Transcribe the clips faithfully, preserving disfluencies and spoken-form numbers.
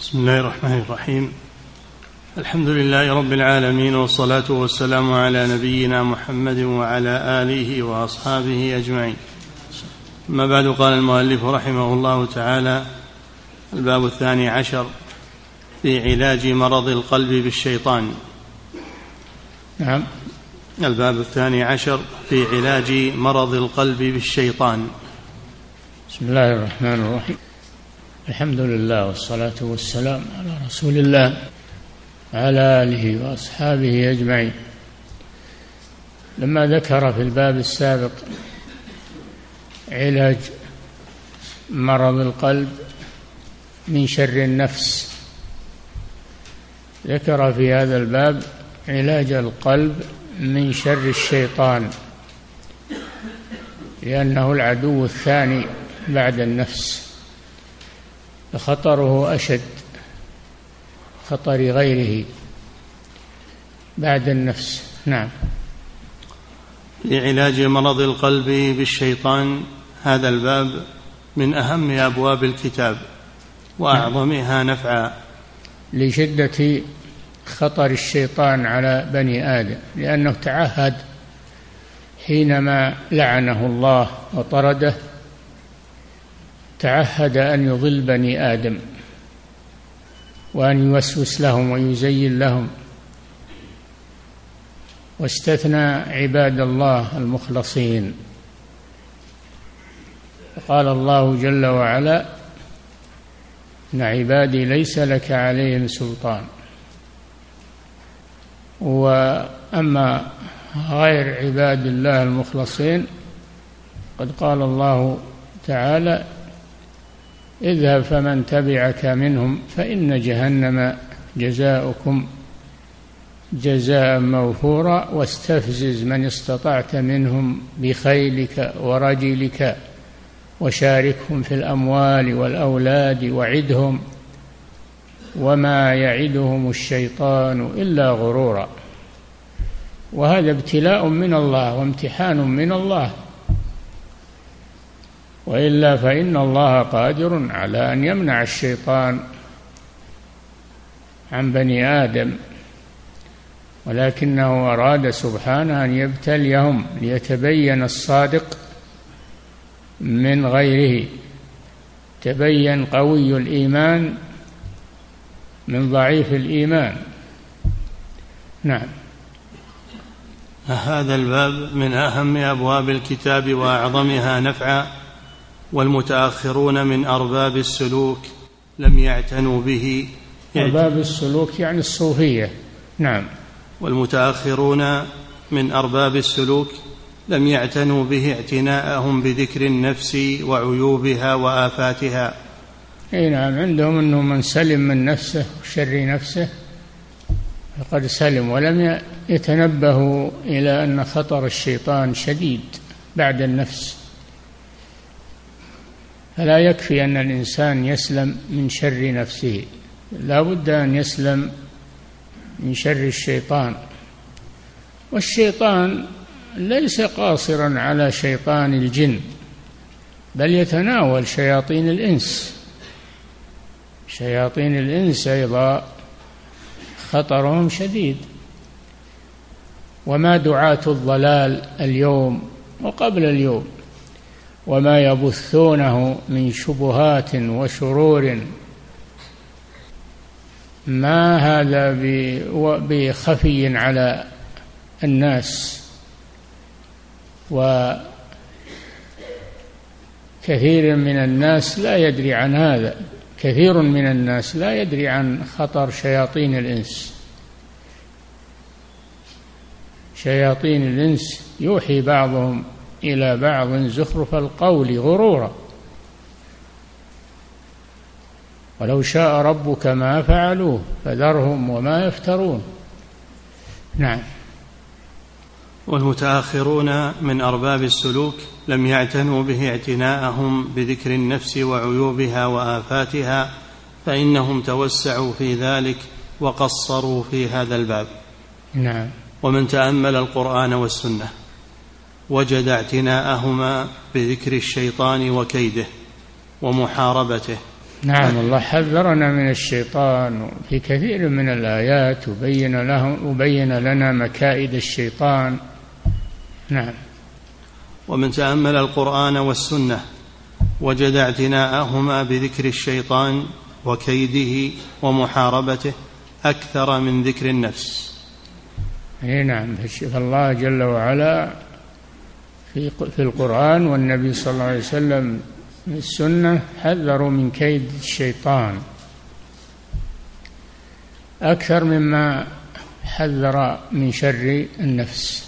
بسم الله الرحمن الرحيم. الحمد لله رب العالمين، والصلاة والسلام على نبينا محمد وعلى آله وأصحابه أجمعين. أما بعد، قال المؤلف رحمه الله تعالى: الباب الثاني عشر في علاج مرض القلب بالشيطان. نعم. الباب الثاني عشر في علاج مرض القلب بالشيطان. بسم الله الرحمن الرحيم. الحمد لله والصلاة والسلام على رسول الله وعلى آله وأصحابه أجمعين. لما ذكر في الباب السابق علاج مرض القلب من شر النفس، ذكر في هذا الباب علاج القلب من شر الشيطان، لأنه العدو الثاني بعد النفس، فخطره أشد خطر غيره بعد النفس. نعم. في علاج مرض القلب بالشيطان، هذا الباب من أهم أبواب الكتاب وأعظمها نفعا لشدة خطر الشيطان على بني آدم، لأنه تعهد حينما لعنه الله وطرده، تعهد أن يضل بني آدم وأن يوسوس لهم ويزين لهم، واستثنى عباد الله المخلصين. قال الله جل وعلا: إن عبادي ليس لك عليهم سلطان. وأما غير عباد الله المخلصين قد قال الله تعالى: اذهب فمن تبعك منهم فإن جهنم جزاؤكم جزاء موفورا واستفزز من استطعت منهم بخيلك ورجلك وشاركهم في الأموال والأولاد وعدهم وما يعدهم الشيطان إلا غرورا. وهذا ابتلاء من الله وامتحان من الله، وإلا فإن الله قادر على أن يمنع الشيطان عن بني آدم، ولكنه أراد سبحانه أن يبتليهم ليتبين الصادق من غيره، تبين قوي الإيمان من ضعيف الإيمان. نعم. هذا الباب من أهم أبواب الكتاب وأعظمها نفعا، والمتأخرون من أرباب السلوك لم يعتنوا به. أرباب السلوك يعني الصوفية. نعم. والمتأخرون من أرباب السلوك لم يعتنوا به اعتناءهم بذكر النفس وعيوبها وآفاتها. أي نعم، عندهم أنه من سلم من نفسه وشر نفسه فقد سلم، ولم يتنبهوا إلى أن خطر الشيطان شديد بعد النفس. فلا يكفي أن الإنسان يسلم من شر نفسه، لا بد أن يسلم من شر الشيطان. والشيطان ليس قاصرا على شيطان الجن، بل يتناول شياطين الإنس. شياطين الإنس أيضا خطرهم شديد. وما دعاة الضلال اليوم وقبل اليوم وما يبثونه من شبهات وشرور، ما هذا بخفي على الناس، وكثير من الناس لا يدري عن هذا. كثير من الناس لا يدري عن خطر شياطين الإنس. شياطين الإنس يوحي بعضهم إلى بعض زخرف القول غرورا، ولو شاء ربك ما فعلوه فذرهم وما يفترون. نعم. والمتأخرون من أرباب السلوك لم يعتنوا به اعتناءهم بذكر النفس وعيوبها وآفاتها، فإنهم توسعوا في ذلك وقصروا في هذا الباب. نعم. ومن تأمل القرآن والسنة وجد اعتناءهما بذكر الشيطان وكيده ومحاربته نعم، الله حذرنا من الشيطان في كثير من الآيات وبين له وبين لنا مكائد الشيطان. نعم. ومن تأمل القرآن والسنة وجد اعتناءهما بذكر الشيطان وكيده ومحاربته أكثر من ذكر النفس. اي نعم، فالله جل وعلا في في القرآن والنبي صلى الله عليه وسلم في السنة حذروا من كيد الشيطان أكثر مما حذر من شر النفس.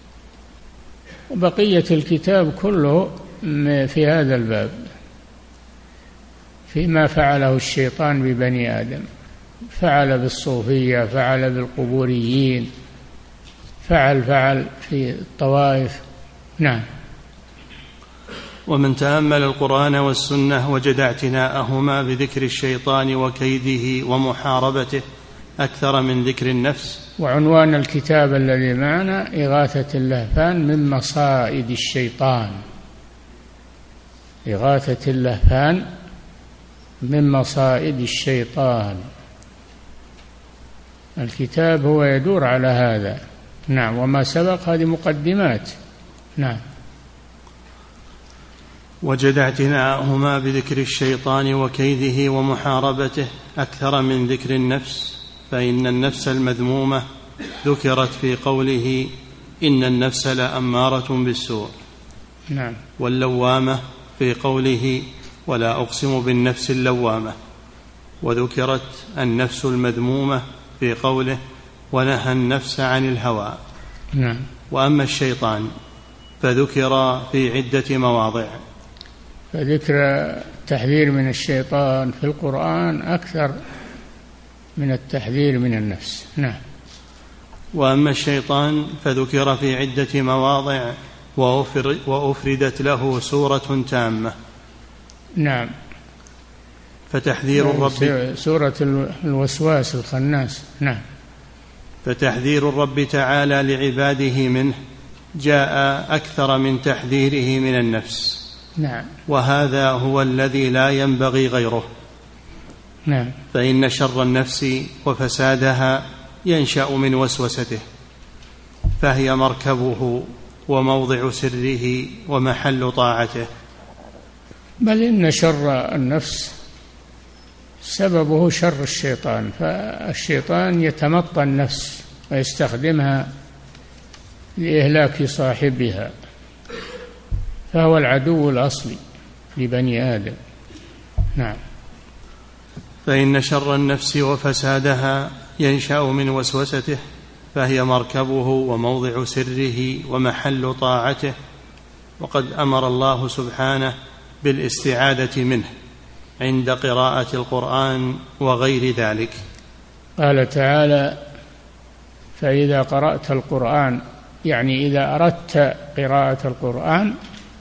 وبقية الكتاب كله في هذا الباب، فيما فعله الشيطان ببني آدم، فعل بالصوفية، فعل بالقبوريين، فعل فعل في الطوائف. نعم. ومن تأمل القرآن والسنة وجد اعتناءهما بذكر الشيطان وكيده ومحاربته أكثر من ذكر النفس. وعنوان الكتاب الذي معنا إغاثة اللهفان من مصائد الشيطان. إغاثة اللهفان من مصائد الشيطان. الكتاب هو يدور على هذا. نعم. وما سبق هذه مقدمات. نعم. وجد اعتناءهما بذكر الشيطان وكيده ومحاربته أكثر من ذكر النفس، فإن النفس المذمومة ذكرت في قوله إن النفس لأمارة بالسوء. نعم. واللوامة في قوله ولا أقسم بالنفس اللوامة، وذكرت النفس المذمومة في قوله ونهى النفس عن الهوى. نعم. وأما الشيطان فذكر في عدة مواضع. فذكر التحذير من الشيطان في القرآن أكثر من التحذير من النفس. نعم. وأما الشيطان فذكر في عدة مواضع وأفردت له سورة تامة. نعم. فتحذير الرب سورة الوسواس الخناس. نعم. فتحذير الرب تعالى لعباده منه جاء أكثر من تحذيره من النفس. نعم. وهذا هو الذي لا ينبغي غيره. نعم. فإن شر النفس وفسادها ينشأ من وسوسته، فهي مركبه وموضع سره ومحل طاعته. بل إن شر النفس سببه شر الشيطان، فالشيطان يتمطى النفس ويستخدمها لإهلاك صاحبها، فهو العدو الأصلي لبني آدم. نعم. فإن شر النفس وفسادها ينشأ من وسوسته، فهي مركبه وموضع سره ومحل طاعته. وقد أمر الله سبحانه بالاستعاذة منه عند قراءة القرآن وغير ذلك. قال تعالى فإذا قرأت القرآن، يعني إذا أردت قراءة القرآن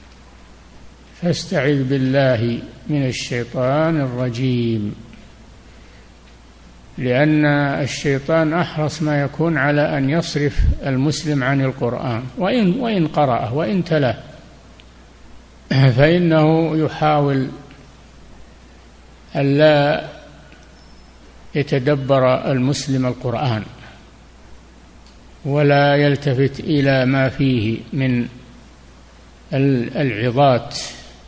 فاستعذ بالله من الشيطان الرجيم، لأن الشيطان أحرص ما يكون على أن يصرف المسلم عن القرآن، وإن, وإن قرأه وإن تلاه، فإنه يحاول ألا يتدبر المسلم القرآن ولا يلتفت إلى ما فيه من العظات.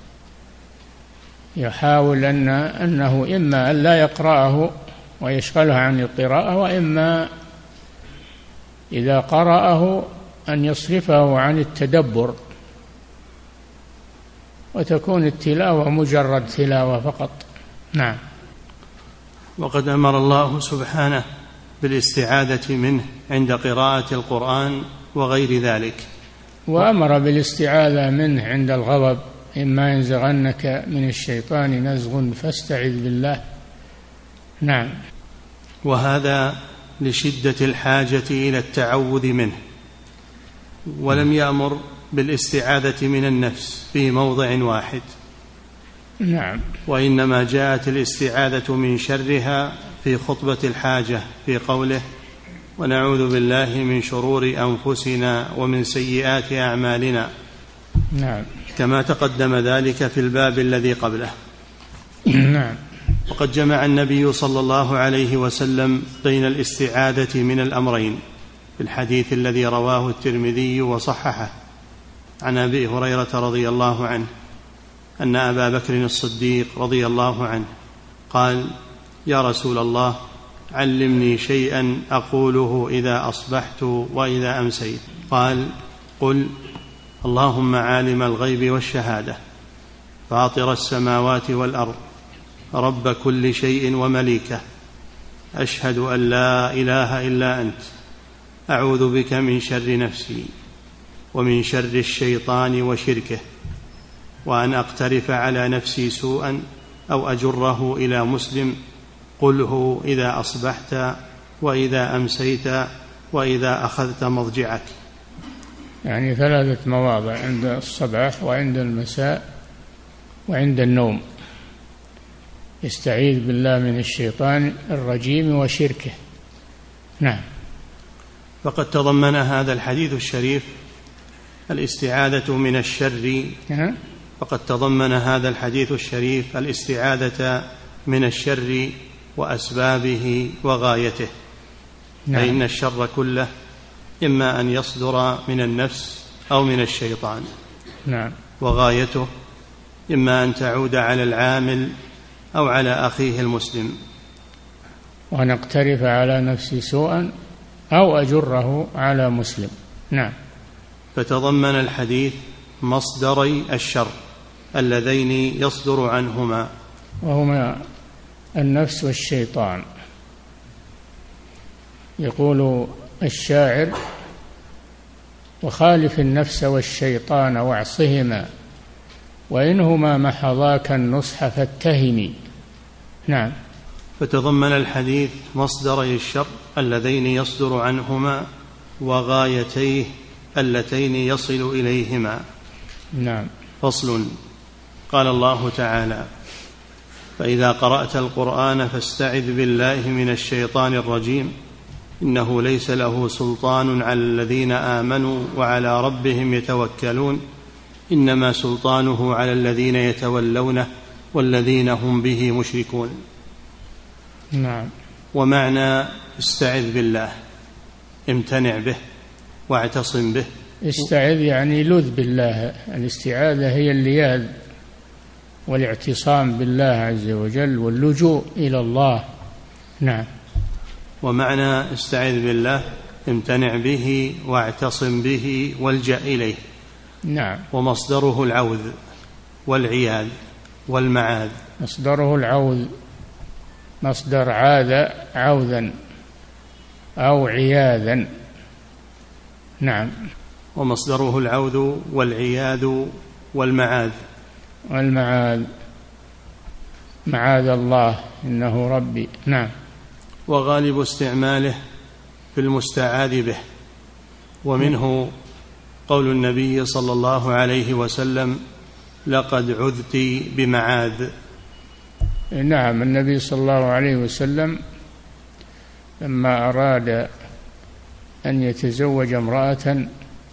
يحاول أن أنه إما أن لا يقرأه ويشغله عن القراءة، وإما إذا قرأه أن يصرفه عن التدبر وتكون التلاوة مجرد تلاوة فقط. نعم. وقد أمر الله سبحانه بالاستعاذة منه عند قراءة القرآن وغير ذلك، وأمر بالاستعاذة منه عند الغضب، إما ينزغنك من الشيطان نزغ فاستعذ بالله. نعم. وهذا لشدة الحاجة إلى التعوذ منه، ولم يأمر بالاستعاذة من النفس في موضع واحد. نعم. وإنما جاءت الاستعاذة من شرها في خطبة الحاجة في قوله ونعوذ بالله من شرور أنفسنا ومن سيئات أعمالنا. نعم. كما تقدم ذلك في الباب الذي قبله. نعم. وقد جمع النبي صلى الله عليه وسلم بين الاستعاذة من الأمرين في الحديث الذي رواه الترمذي وصححه عن أبي هريرة رضي الله عنه أن أبا بكر الصديق رضي الله عنه قال: يا رسول الله، علمني شيئا أقوله إذا أصبحت وإذا أمسيت. قال: قل: اللهم عالم الغيب والشهادة، فاطر السماوات والأرض، رب كل شيء ومليكه، أشهد أن لا إله إلا أنت، أعوذ بك من شر نفسي ومن شر الشيطان وشركه، وأن أقترف على نفسي سوءا أو أجره إلى مسلم، قله إذا أصبحت وإذا أمسيت وإذا أخذت مضجعك. يعني ثلاثة مواضع: عند الصباح وعند المساء وعند النوم، يستعيذ بالله من الشيطان الرجيم وشركه. نعم. فقد تضمن هذا الحديث الشريف الاستعاذة من الشر أه؟ فقد تضمن هذا الحديث الشريف الاستعاذة من الشر وأسبابه وغايته. نعم. فإن الشر كله إما أن يصدر من النفس أو من الشيطان. نعم. وغايته إما أن تعود على العامل أو على أخيه المسلم. وأن أقترف على نفسي سوءا أو أجره على مسلم. نعم. فتضمن الحديث مصدري الشر اللذين يصدر عنهما، وهما النفس والشيطان. يقول الشاعر: وخالف النفس والشيطان واعصهما، وإنهما محضاك النصح فاتهمي. نعم. فتضمن الحديث مصدري الشر اللذين يصدر عنهما وغايتيه اللتين يصل إليهما. نعم. فصل. قال الله تعالى: فإذا قرأت القرآن فاستعذ بالله من الشيطان الرجيم، إنه ليس له سلطان على الذين آمنوا وعلى ربهم يتوكلون، إنما سلطانه على الذين يتولونه والذين هم به مشركون. نعم. ومعنى استعذ بالله امتنع به واعتصم به. استعذ يعني لذ بالله، الاستعاذة هي اللياذ والاعتصام بالله عز وجل واللجوء إلى الله. نعم. ومعنى استعذ بالله امتنع به واعتصم به والجأ إليه. نعم. ومصدره العوذ والعياذ والمعاذ. مصدره العوذ، مصدر عاذ عوذا أو عياذا. نعم. ومصدره العوذ والعياذ والمعاذ. والمعاذ معاذ الله إنه ربي. نعم. وغالب استعماله في المستعاذ به، ومنه قول النبي صلى الله عليه وسلم: لقد عذت بمعاذ. نعم. النبي صلى الله عليه وسلم لما أراد أن يتزوج امرأة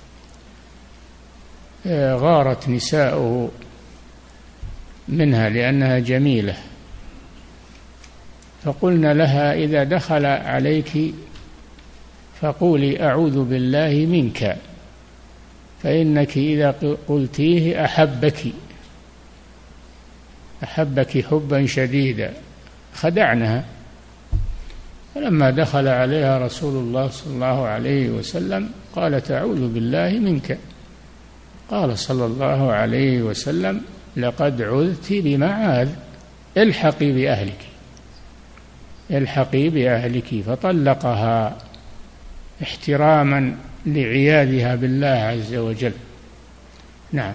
غارت نساؤه منها لأنها جميلة، فقلنا لها: إذا دخل عليك فقولي أعوذ بالله منك، فإنك إذا قلتيه أحبك أحبك حبا شديدا. خدعنها. فلما دخل عليها رسول الله صلى الله عليه وسلم قالت: أعوذ بالله منك. قال صلى الله عليه وسلم: لقد عذت بمعاذ، الحقي بأهلك الحقي بأهلك. فطلقها احتراما لعياذها بالله عز وجل. نعم.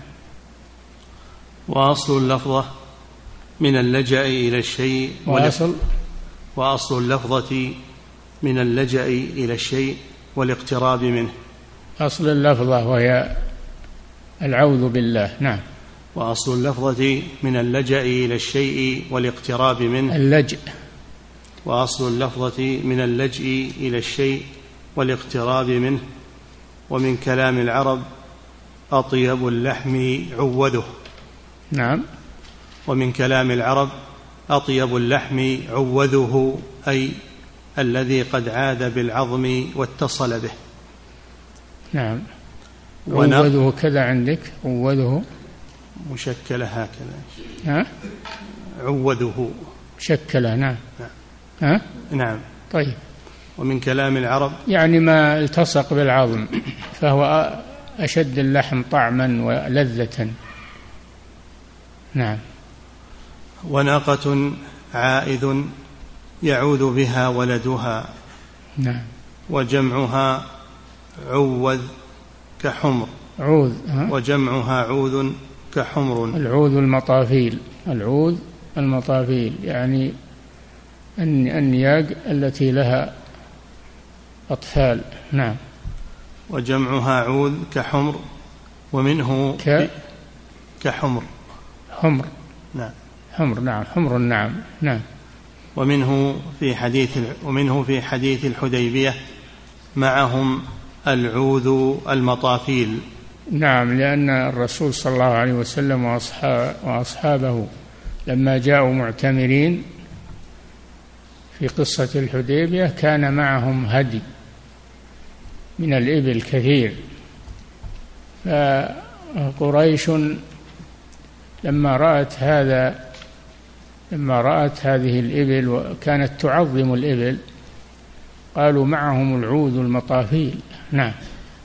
وأصل اللفظة من اللجأ إلى الشيء وأصل وأصل اللفظة من اللجأ إلى الشيء والاقتراب منه. أصل اللفظة وهي العوذ بالله. نعم. وأصل اللفظة من اللجأ إلى الشيء والاقتراب منه. اللجأ. وأصل اللفظة من اللجء إلى الشيء والاقتراب منه. ومن كلام العرب: أطيب اللحم عوده. نعم. ومن كلام العرب: أطيب اللحم عوذه، أي الذي قد عاد بالعظم واتصل به. نعم. عوذه كذا عندك؟ عوذه مشكلة هكذا. ها؟ عوذه مشكلة. نعم. نعم. ها؟ نعم. طيب. ومن كلام العرب يعني ما التصق بالعظم، فهو أشد اللحم طعما ولذة. نعم. وناقة عائذ يعوذ بها ولدها. نعم. وجمعها عوذ كحمر. عوذ. وجمعها عوذ كحمر. العوذ المطافيل. العوذ المطافيل يعني النياق التي لها أطفال. نعم. وجمعها عوذ كحمر، ومنه ك... كحمر. حمر. نعم. حمر. نعم. حمر. نعم. نعم. ومنه في حديث ومنه في حديث الحديبية معهم العوذ المطافيل. نعم، لأن الرسول صلى الله عليه وسلم وأصحابه لما جاءوا معتمرين في قصة الحديبية كان معهم هدي من الإبل كثير، فقريش لما رأت هذا لما رأت هذه الإبل وكانت تعظم الإبل قالوا معهم العوذ المطافيل. نعم.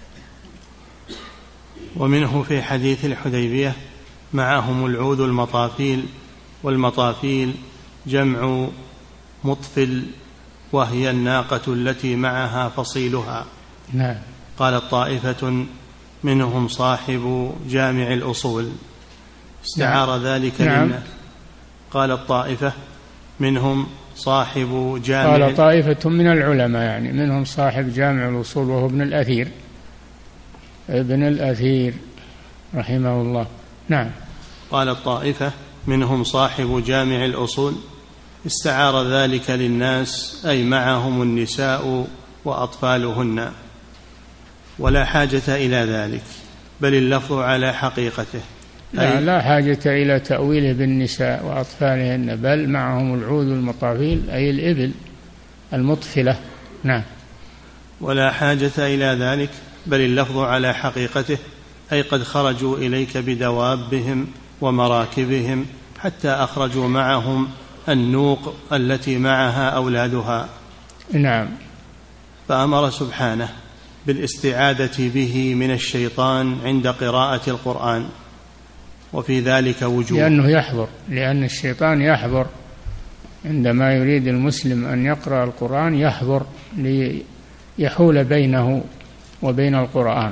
ومنه في حديث الحديبية معهم العوذ المطافيل، والمطافيل جمع مطفل، وهي الناقة التي معها فصيلها. نعم. قالت طائفة منهم صاحب جامع الأصول، استعار. نعم. ذلك نعم. للناس. قالت طائفة منهم صاحب جامع. قال طائفة من العلماء يعني منهم صاحب جامع الأصول وهو ابن الأثير ابن الأثير رحمه الله. نعم. قالت طائفة منهم صاحب جامع الأصول، استعار ذلك للناس، أي معهم النساء وأطفالهن، ولا حاجة إلى ذلك، بل اللفظ على حقيقته. لا, لا حاجة إلى تأويله بالنساء وأطفالهن، بل معهم العوذ المطافيل أي الإبل المطفلة. نعم. ولا حاجة إلى ذلك، بل اللفظ على حقيقته، أي قد خرجوا إليك بدوابهم ومراكبهم حتى أخرجوا معهم النوق التي معها أولادها. نعم. فأمر سبحانه بالاستعاذة به من الشيطان عند قراءة القرآن، وفي ذلك وجوه، لأنه يحضر لأن الشيطان يحضر عندما يريد المسلم أن يقرأ القرآن، يحضر ليحول بينه وبين القرآن.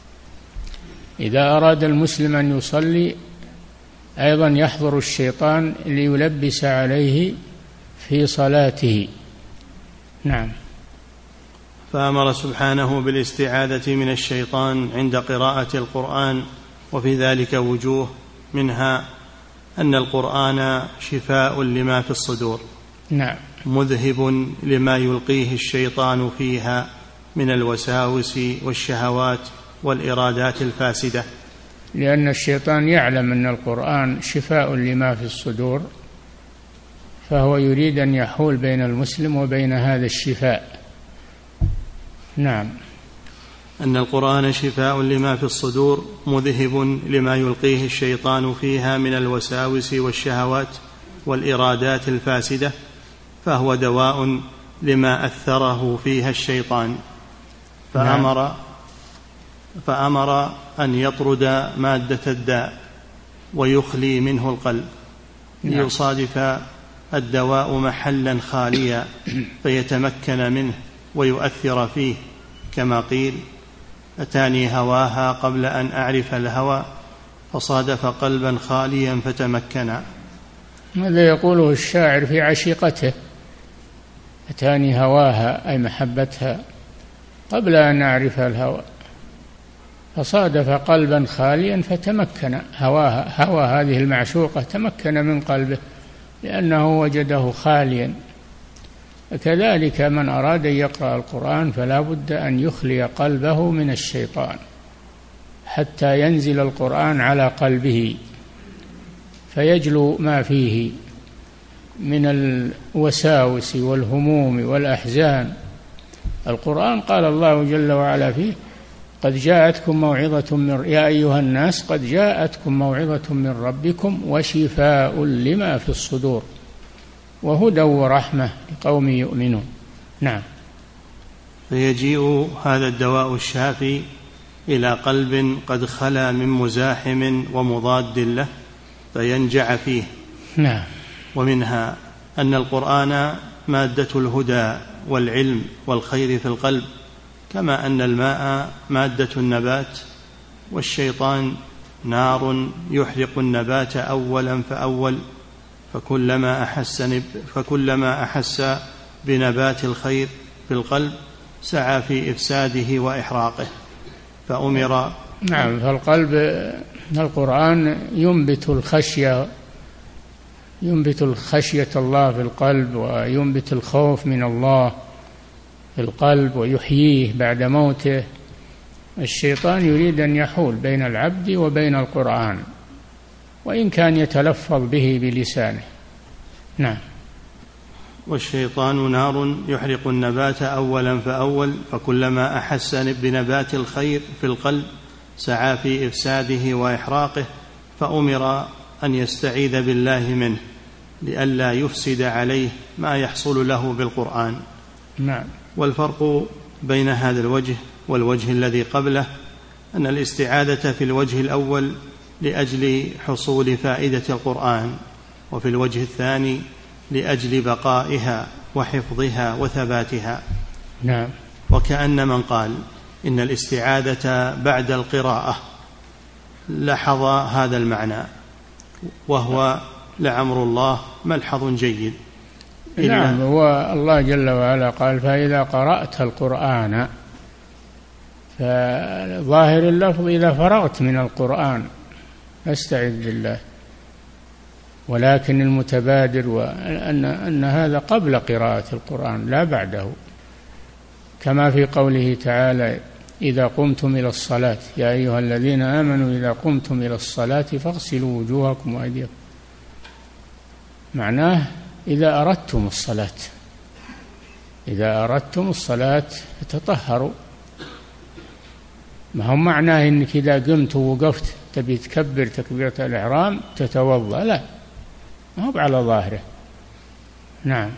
إذا أراد المسلم أن يصلي أيضا يحضر الشيطان ليلبس عليه في صلاته. نعم. فأمر سبحانه بالاستعاذة من الشيطان عند قراءة القرآن، وفي ذلك وجوه، منها أن القرآن شفاء لما في الصدور. نعم. مذهب لما يلقيه الشيطان فيها من الوساوس والشهوات والإرادات الفاسدة، لأن الشيطان يعلم أن القرآن شفاء لما في الصدور، فهو يريد أن يحول بين المسلم وبين هذا الشفاء. نعم. أن القرآن شفاء لما في الصدور، مذهب لما يلقيه الشيطان فيها من الوساوس والشهوات والإرادات الفاسدة، فهو دواء لما أثره فيها الشيطان، فأمر فأمر أن يطرد مادة الداء ويخلي منه القلب، ليصادف الدواء محلا خاليا فيتمكن منه ويؤثر فيه، كما قيل: أتاني هواها قبل أن أعرف الهوى فصادف قلبا خاليا فتمكنا. هذا يقوله الشاعر في عشيقته: أتاني هواها أي محبتها قبل أن أعرف الهوى فصادف قلبا خاليا فتمكن. هواها هوى هذه المعشوقة تمكن من قلبه لأنه وجده خاليا. كذلك من أراد أن يقرأ القرآن فلا بد أن يخلي قلبه من الشيطان حتى ينزل القرآن على قلبه فيجلو ما فيه من الوساوس والهموم والأحزان. القرآن قال الله جل وعلا فيه: قد جاءتكم موعظة من يا أيها الناس قد جاءتكم موعظة من ربكم وشفاء لما في الصدور وهدى ورحمة لقوم يؤمنون. نعم. فيجيء هذا الدواء الشافي إلى قلب قد خلا من مزاحم ومضاد له فينجع فيه. نعم. ومنها أن القرآن مادة الهدى والعلم والخير في القلب، كما أن الماء مادة النبات، والشيطان نار يحرق النبات أولا فأول، فكلما أحس, فكلما أحس بنبات الخير في القلب سعى في إفساده وإحراقه فأمر. نعم. فالقلب القرآن ينبت الخشية ينبت الخشية الله في القلب، وينبت الخوف من الله في القلب ويحييه بعد موته. الشيطان يريد أن يحول بين العبد وبين القرآن، وإن كان يتلفظ به بلسانه. نعم. والشيطان نار يحرق النبات أولا فأول، فكلما أحس بنبات الخير في القلب سعى في إفساده وإحراقه، فأمر أن يستعيذ بالله منه لئلا يفسد عليه ما يحصل له بالقرآن. نعم. والفرق بين هذا الوجه والوجه الذي قبله أن الاستعاذة في الوجه الأول لأجل حصول فائدة القرآن، وفي الوجه الثاني لأجل بقائها وحفظها وثباتها. نعم. وكأن من قال إن الاستعاذة بعد القراءة لاحظ هذا المعنى، وهو لعمر الله ملحظ جيد. نعم. هو الله جل وعلا قال: فإذا قرأت القرآن، فظاهر اللفظ إذا فرغت من القرآن فاستعذ بالله، ولكن المتبادر وأن أن هذا قبل قراءة القرآن لا بعده، كما في قوله تعالى: إذا قمتم إلى الصلاة يا أيها الذين آمنوا إذا قمتم إلى الصلاة فاغسلوا وجوهكم وأيديكم. معناه إذا أردتم الصلاة، إذا أردتم الصلاة فتطهروا. ما هو معناه إنك إذا قمت ووقفت تبي تكبر تكبيرة الإحرام تتوضأ، لا، ما هو على ظاهره. نعم.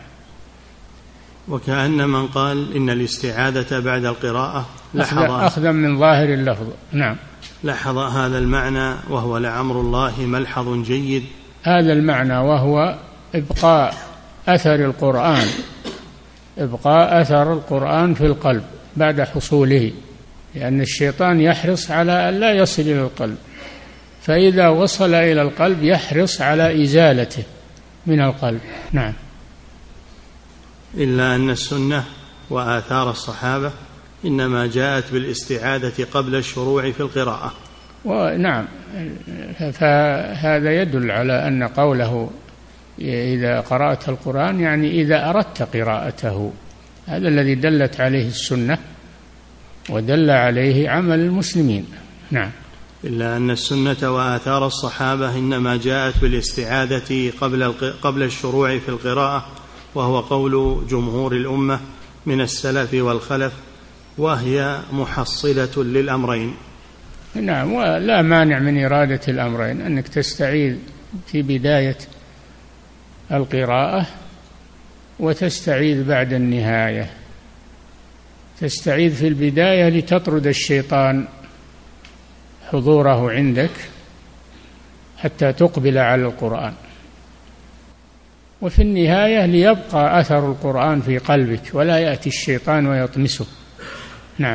وكأن من قال إن الاستعاذة بعد القراءة لاحظ أخذا من ظاهر اللفظ. نعم. لاحظ هذا المعنى، وهو لعمر الله ملحظ جيد. هذا المعنى وهو إبقاء أثر القرآن، إبقاء أثر القرآن في القلب بعد حصوله، لأن الشيطان يحرص على أن لا يصل إلى القلب، فإذا وصل إلى القلب يحرص على إزالته من القلب. نعم. إلا أن السنة وآثار الصحابة إنما جاءت بالاستعاذة قبل الشروع في القراءة. ونعم. فهذا يدل على أن قوله إذا قرأت القرآن يعني إذا أردت قراءته، هذا الذي دلت عليه السنة ودل عليه عمل المسلمين. نعم. إلا أن السنة وآثار الصحابة إنما جاءت بالاستعاذة قبل قبل الشروع في القراءة، وهو قول جمهور الأمة من السلف والخلف، وهي محصلة للأمرين. نعم. ولا مانع من إرادة الأمرين، أنك تستعيذ في بداية القراءة وتستعيذ بعد النهاية. تستعيذ في البداية لتطرد الشيطان حضوره عندك حتى تقبل على القرآن، وفي النهاية ليبقى أثر القرآن في قلبك ولا يأتي الشيطان ويطمسه. نعم.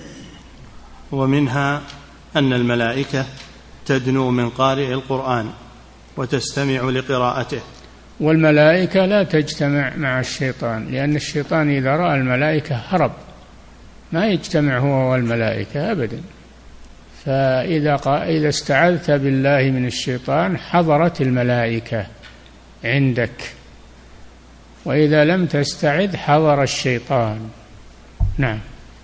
ومنها أن الملائكة تدنو من قارئ القرآن وتستمع لقراءته، والملائكة لا تجتمع مع الشيطان، لأن الشيطان إذا رأى الملائكة هرب، ما يجتمع هو والملائكة أبدا. فإذا إذا استعذت بالله من الشيطان حضرت الملائكة عندك، وإذا لم تستعذ حضر الشيطان. نعم.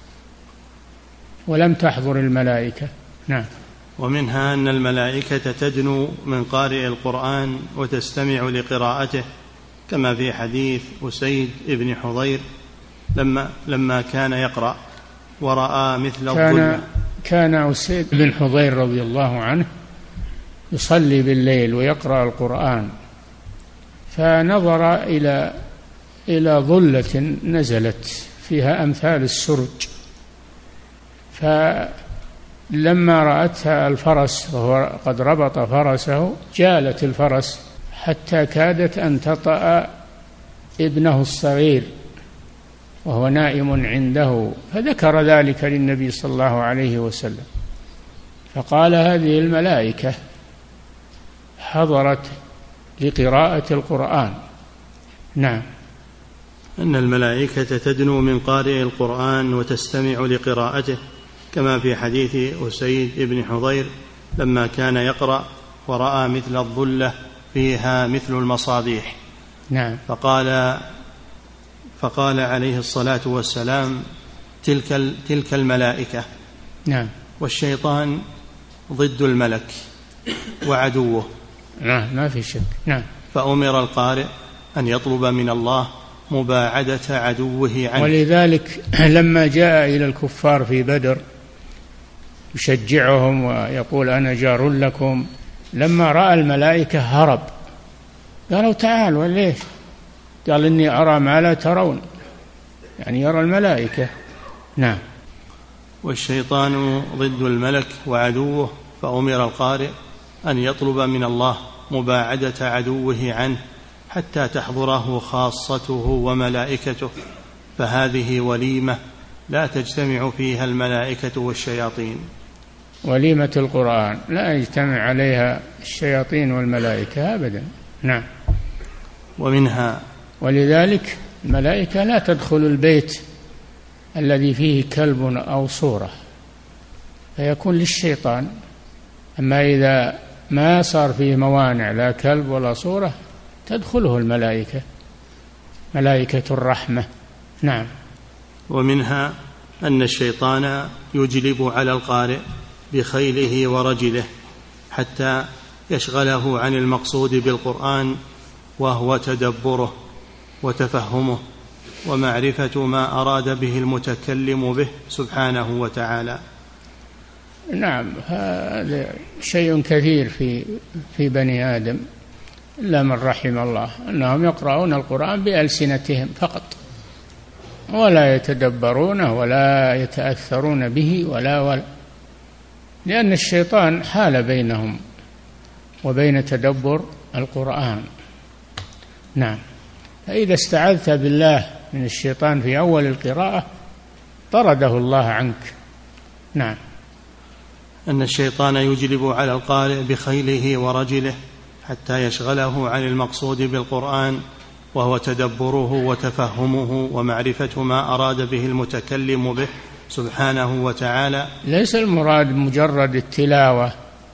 ولم تحضر الملائكة. نعم. ومنها أن الملائكة تدنو من قارئ القرآن وتستمع لقراءته، كما في حديث أسيد بن حضير لما, لما كان يقرأ ورأى مثل الظلمة. كان أسيد بن حضير رضي الله عنه يصلي بالليل ويقرأ القرآن، فنظر إلى إلى ظلة نزلت فيها أمثال السرج، فلما رأتها الفرس وهو قد ربط فرسه جالت الفرس حتى كادت أن تطأ ابنه الصغير وهو نائم عنده، فذكر ذلك للنبي صلى الله عليه وسلم، فقال هذه الملائكة حضرت لقراءة القرآن. نعم. أن الملائكة تدنو من قارئ القرآن وتستمع لقراءته، كما في حديث أسيد بن حضير لما كان يقرأ ورأى مثل الظلة فيها مثل المصابيح. نعم. فقال فقال عليه الصلاة والسلام تلك, تلك الملائكة. نعم. والشيطان ضد الملك وعدوه. نعم، ما في شك. نعم. فأمر القارئ أن يطلب من الله مباعدة عدوه عنه. ولذلك لما جاء إلى الكفار في بدر يشجعهم ويقول أنا جار لكم، لما رأى الملائكة هرب، قالوا تعالوا. ليش؟ قال إني أرى ما لا ترون، يعني يرى الملائكة. نعم. والشيطان ضد الملك وعدوه، فأمر القارئ أن يطلب من الله مباعدة عدوه عنه حتى تحضره خاصته وملائكته، فهذه وليمة لا تجتمع فيها الملائكة والشياطين. وليمة القرآن لا يجتمع عليها الشياطين والملائكة أبدا. نعم. ومنها ولذلك الملائكة لا تدخل البيت الذي فيه كلب أو صورة، فيكون للشيطان. أما إذا ما صار فيه موانع لا كلب ولا صورة تدخله الملائكة، ملائكة الرحمة. نعم. ومنها أن الشيطان يجلب على القارئ بخيله ورجله حتى يشغله عن المقصود بالقرآن، وهو تدبره وتفهمه ومعرفة ما أراد به المتكلم به سبحانه وتعالى. نعم، هذا شيء كثير في في بني آدم إلا من رحم الله، أنهم يقرؤون القرآن بألسنتهم فقط ولا يتدبرونه ولا يتأثرون به ولا ولا لأن الشيطان حال بينهم وبين تدبر القرآن. نعم. فإذا استعذت بالله من الشيطان في أول القراءة طرده الله عنك. نعم. أن الشيطان يجلب على القارئ بخيله ورجله حتى يشغله عن المقصود بالقرآن، وهو تدبره وتفهمه ومعرفة ما أراد به المتكلم به سبحانه وتعالى. ليس المراد مجرد التلاوة،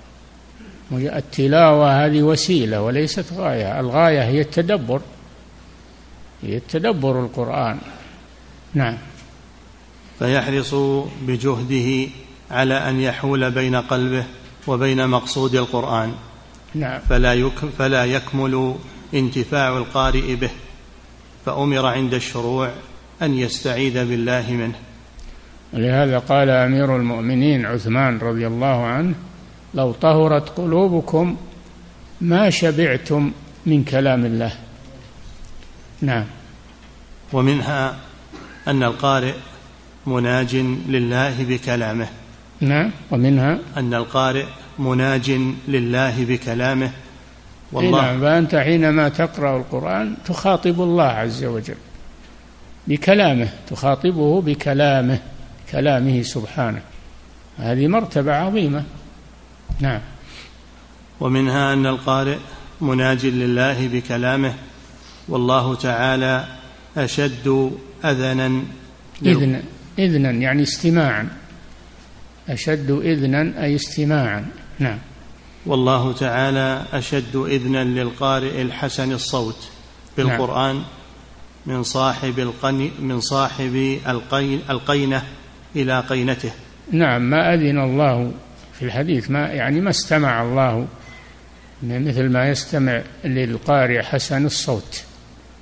التلاوة هذه وسيلة وليست غاية، الغاية هي التدبر، هي التدبر القرآن. نعم. فيحرص بجهده على أن يحول بين قلبه وبين مقصود القرآن. نعم. فلا, يك فلا يكمل انتفاع القارئ به، فأمر عند الشروع أن يستعيذ بالله منه. لهذا قال أمير المؤمنين عثمان رضي الله عنه لو طهرت قلوبكم ما شبعتم من كلام الله. نعم. ومنها أن القارئ مناج لله بكلامه. نعم. ومنها أن القارئ مناج لله بكلامه. والله نعم. فأنت حينما تقرأ القرآن تخاطب الله عز وجل بكلامه، تخاطبه بكلامه، كلامه سبحانه، هذه مرتبة عظيمة. نعم. ومنها أن القارئ مناج لله بكلامه، والله تعالى أشد أذنا إذنا إذنا يعني استماعا، أشد إذنا أي استماعا. نعم. والله تعالى أشد إذنا للقارئ الحسن الصوت بالقرآن. نعم. من صاحب القن من صاحب القين القينة إلى قينته. نعم. ما أذن الله في الحديث، ما يعني ما استمع الله مثل ما يستمع للقارئ حسن الصوت.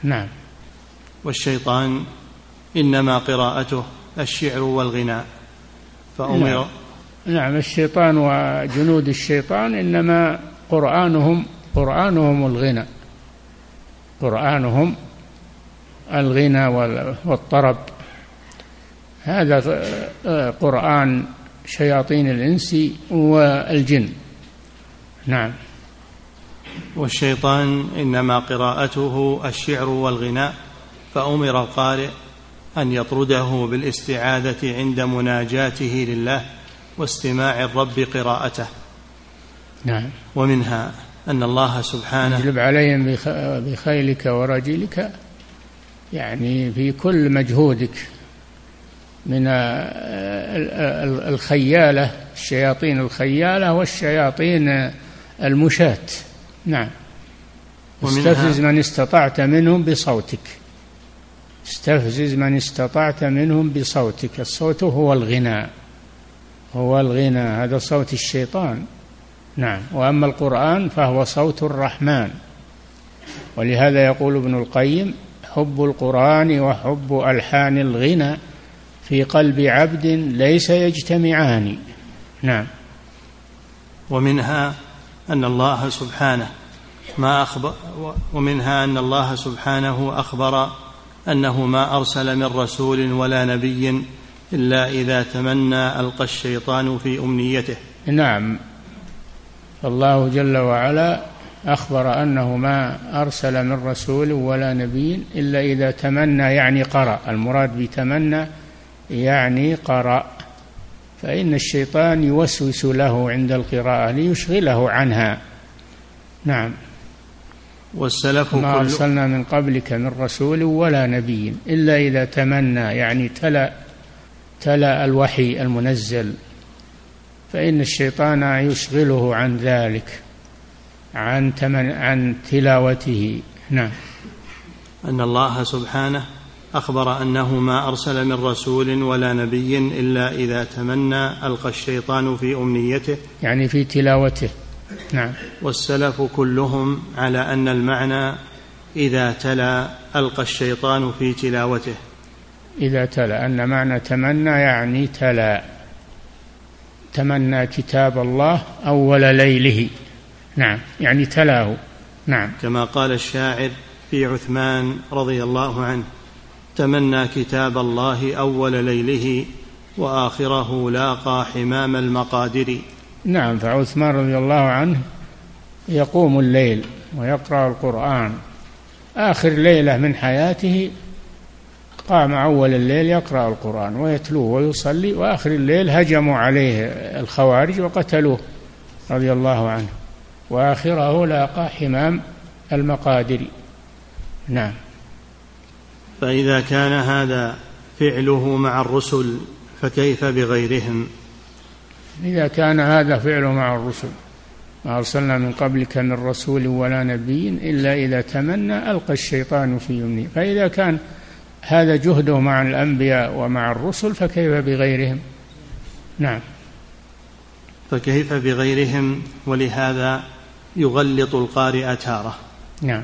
نعم. والشيطان إنما قراءته الشعر والغناء فأمر. نعم. نعم الشيطان وجنود الشيطان إنما قرآنهم قرآنهم الغنى قرآنهم الغنى والطرب، هذا قرآن شياطين الإنس والجن. نعم. والشيطان إنما قراءته الشعر والغناء فأمر القارئ أن يطرده بالاستعاذة عند مناجاته لله واستماع الرب قراءته. نعم. ومنها أن الله سبحانه اجلب عليهم بخيلك ورجلك، يعني في كل مجهودك من الخيالة، الشياطين الخيالة والشياطين المشاة. نعم. استفزز من استطعت منهم بصوتك، استفزز من استطعت منهم بصوتك. الصوت هو الغناء، هو الغناء، هذا صوت الشيطان. نعم. وأما القرآن فهو صوت الرحمن، ولهذا يقول ابن القيم: حب القرآن وحب ألحان الغنى في قلب عبد ليس يجتمعان. نعم. ومنها أن الله سبحانه ما أخبر ومنها أن الله سبحانه أخبر أنه ما أرسل من رسول ولا نبي إلا إذا تمنى ألقى الشيطان في أمنيته. نعم. الله جل وعلا أخبر أنه ما أرسل من رسول ولا نبي إلا إذا تمنى، يعني قرأ، المراد بتمنى يعني قرأ، فإن الشيطان يوسوس له عند القراءة ليشغله عنها. نعم. والسلف ما أرسلنا من قبلك من رسول ولا نبي إلا إذا تمنى، يعني تلا تلا الوحي المنزل، فإن الشيطان يشغله عن ذلك، عن تمن عن تلاوته. نعم. أن الله سبحانه أخبر أنه ما أرسل من رسول ولا نبي إلا إذا تمنى ألقى الشيطان في أمنيته، يعني في تلاوته. نعم. والسلف كلهم على أن المعنى إذا تلا ألقى الشيطان في تلاوته. إذا تلا، أن معنى تمنى يعني تلا، تمنى كتاب الله أول ليله. نعم، يعني تلاه. نعم. كما قال الشاعر في عثمان رضي الله عنه: تمنى كتاب الله أول ليله وآخره لاقى حمام المقادر. نعم. فعثمان رضي الله عنه يقوم الليل ويقرأ القرآن، آخر ليلة من حياته قام أول الليل يقرأ القرآن ويتلوه ويصلي، وآخر الليل هجموا عليه الخوارج وقتلوه رضي الله عنه، وآخره لاقى حمام المقادر. نعم. فإذا كان هذا فعله مع الرسل فكيف بغيرهم؟ إذا كان هذا فعله مع الرسل، ما أرسلنا من قبلك من رسول ولا نبي إلا إذا تمنى ألقى الشيطان في يمنه، فإذا كان هذا جهده مع الأنبياء ومع الرسل فكيف بغيرهم؟ نعم. فكيف بغيرهم؟ ولهذا يغلط القارئ تارة. نعم.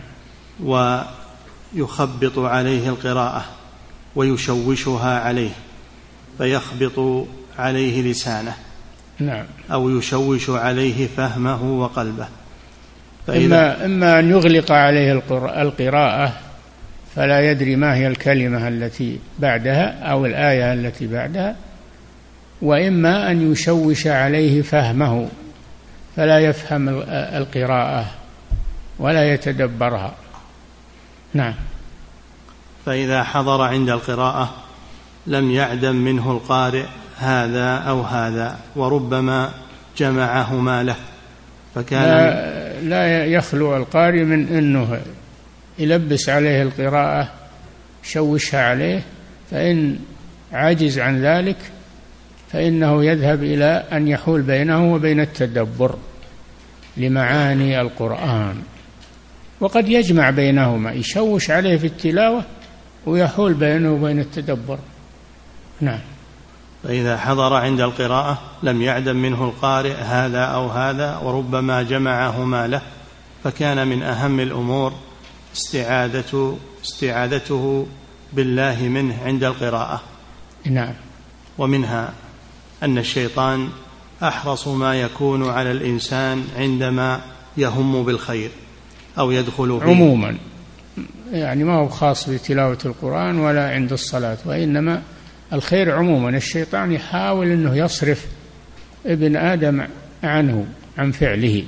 ويخبط عليه القراءة ويشوشها عليه فيخبط عليه لسانه. نعم. أو يشوش عليه فهمه وقلبه. إما, إما أن يغلق عليه القراءة فلا يدري ما هي الكلمة التي بعدها أو الآية التي بعدها، وإما أن يشوش عليه فهمه فلا يفهم القراءة ولا يتدبرها. نعم. فإذا حضر عند القراءة لم يعدم منه القارئ هذا أو هذا، وربما جمعهما له، فكان لا, لا يخلو القارئ من أنه يلبس عليه القراءة يشوشها عليه، فإن عجز عن ذلك فإنه يذهب إلى أن يحول بينه وبين التدبر لمعاني القرآن، وقد يجمع بينهما، يشوش عليه في التلاوة ويحول بينه وبين التدبر. نعم. فإذا حضر عند القراءة لم يعدم منه القارئ هذا أو هذا، وربما جمعهما له، فكان من أهم الأمور استعاذته, استعاذته بالله منه عند القراءة. نعم. ومنها أن الشيطان أحرص ما يكون على الإنسان عندما يهم بالخير أو يدخل فيه عموما، يعني ما هو خاص بتلاوة القرآن ولا عند الصلاة، وإنما الخير عموما. الشيطان يحاول أنه يصرف ابن آدم عنه، عن فعله،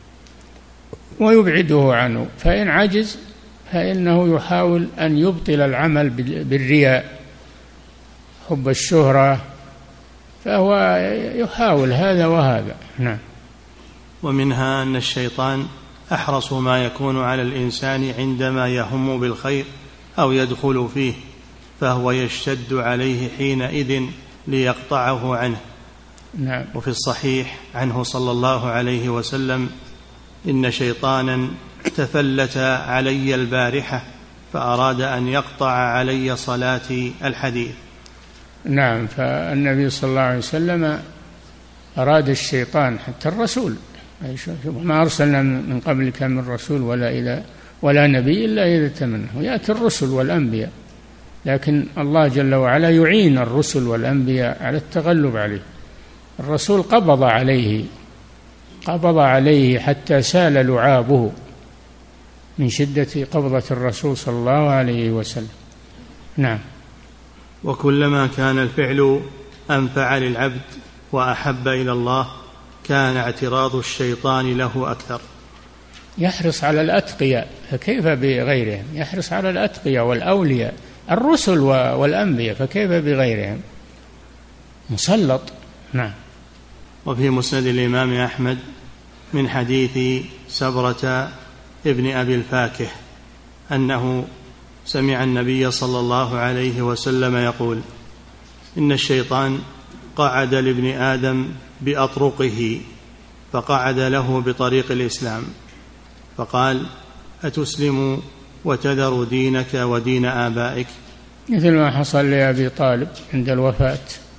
ويبعده عنه، فإن عجز فإنه يحاول أن يبطل العمل بالرياء، حب الشهرة، فهو يحاول هذا وهذا. نعم. ومنها أن الشيطان أحرص ما يكون على الإنسان عندما يهم بالخير أو يدخل فيه، فهو يشتد عليه حينئذ ليقطعه عنه. نعم. وفي الصحيح عنه صلى الله عليه وسلم: إن شيطانا تفلت علي البارحة فأراد أن يقطع علي صلاتي الحديث. نعم. فالنبي صلى الله عليه وسلم أراد الشيطان، حتى الرسول ما أرسلنا من قبلك من رسول ولا إلى ولا نبي إلا إذا تمنى، ويأتي الرسل والأنبياء، لكن الله جل وعلا يعين الرسل والأنبياء على التغلب عليه. الرسول قبض عليه قبض عليه حتى سال لعابه من شدة قبضة الرسول صلى الله عليه وسلم. نعم. وكلما كان الفعل أنفع للعبد وأحب إلى الله كان اعتراض الشيطان له أكثر. يحرص على الأتقياء، فكيف بغيرهم؟ يحرص على الأتقياء والأولياء، الرسل والأنبياء، فكيف بغيرهم؟ مسلط. نعم. وفي مسند الإمام أحمد من حديث سبرة ابن أبي الفاكه أنه سمع النبي صلى الله عليه وسلم يقول: إن الشيطان قعد لابن آدم بأطرقه فقعد له بطريق الإسلام فقال: أتسلم وتذر دينك ودين آبائك؟ مثل ما حصل لأبي طالب عند الوفاة،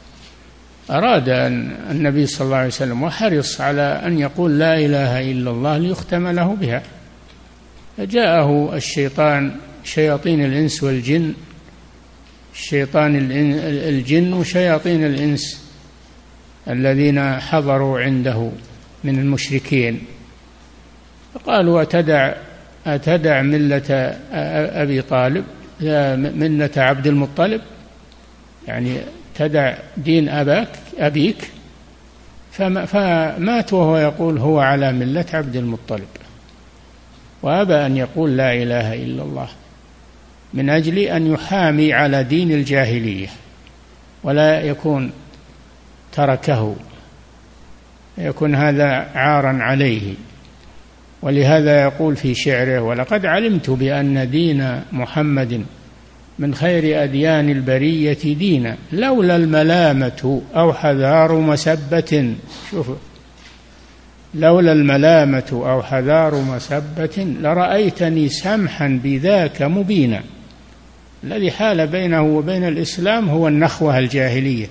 أراد أن النبي صلى الله عليه وسلم وحرص على أن يقول لا إله إلا الله ليختم له بها، فجاءه الشيطان، شياطين الإنس والجن، الشيطان الجن وشياطين الإنس الذين حضروا عنده من المشركين، فقالوا: أتدع أتدع ملة أبي طالب، ملة عبد المطلب، يعني تدع دين أباك أبيك؟ فمات وهو يقول هو على ملة عبد المطلب، وأبى أن يقول لا إله إلا الله من أجل أن يحامي على دين الجاهلية ولا يكون تركه، يكون هذا عارا عليه. ولهذا يقول في شعره: ولقد علمت بأن دين محمد من خير أديان البرية دينا، لولا الملامة أو حذار مسبة. شوفوا، لولا الملامة أو حذار مسبة لرأيتني سمحا بذاك مبينا. الذي حال بينه وبين الإسلام هو النخوة الجاهلية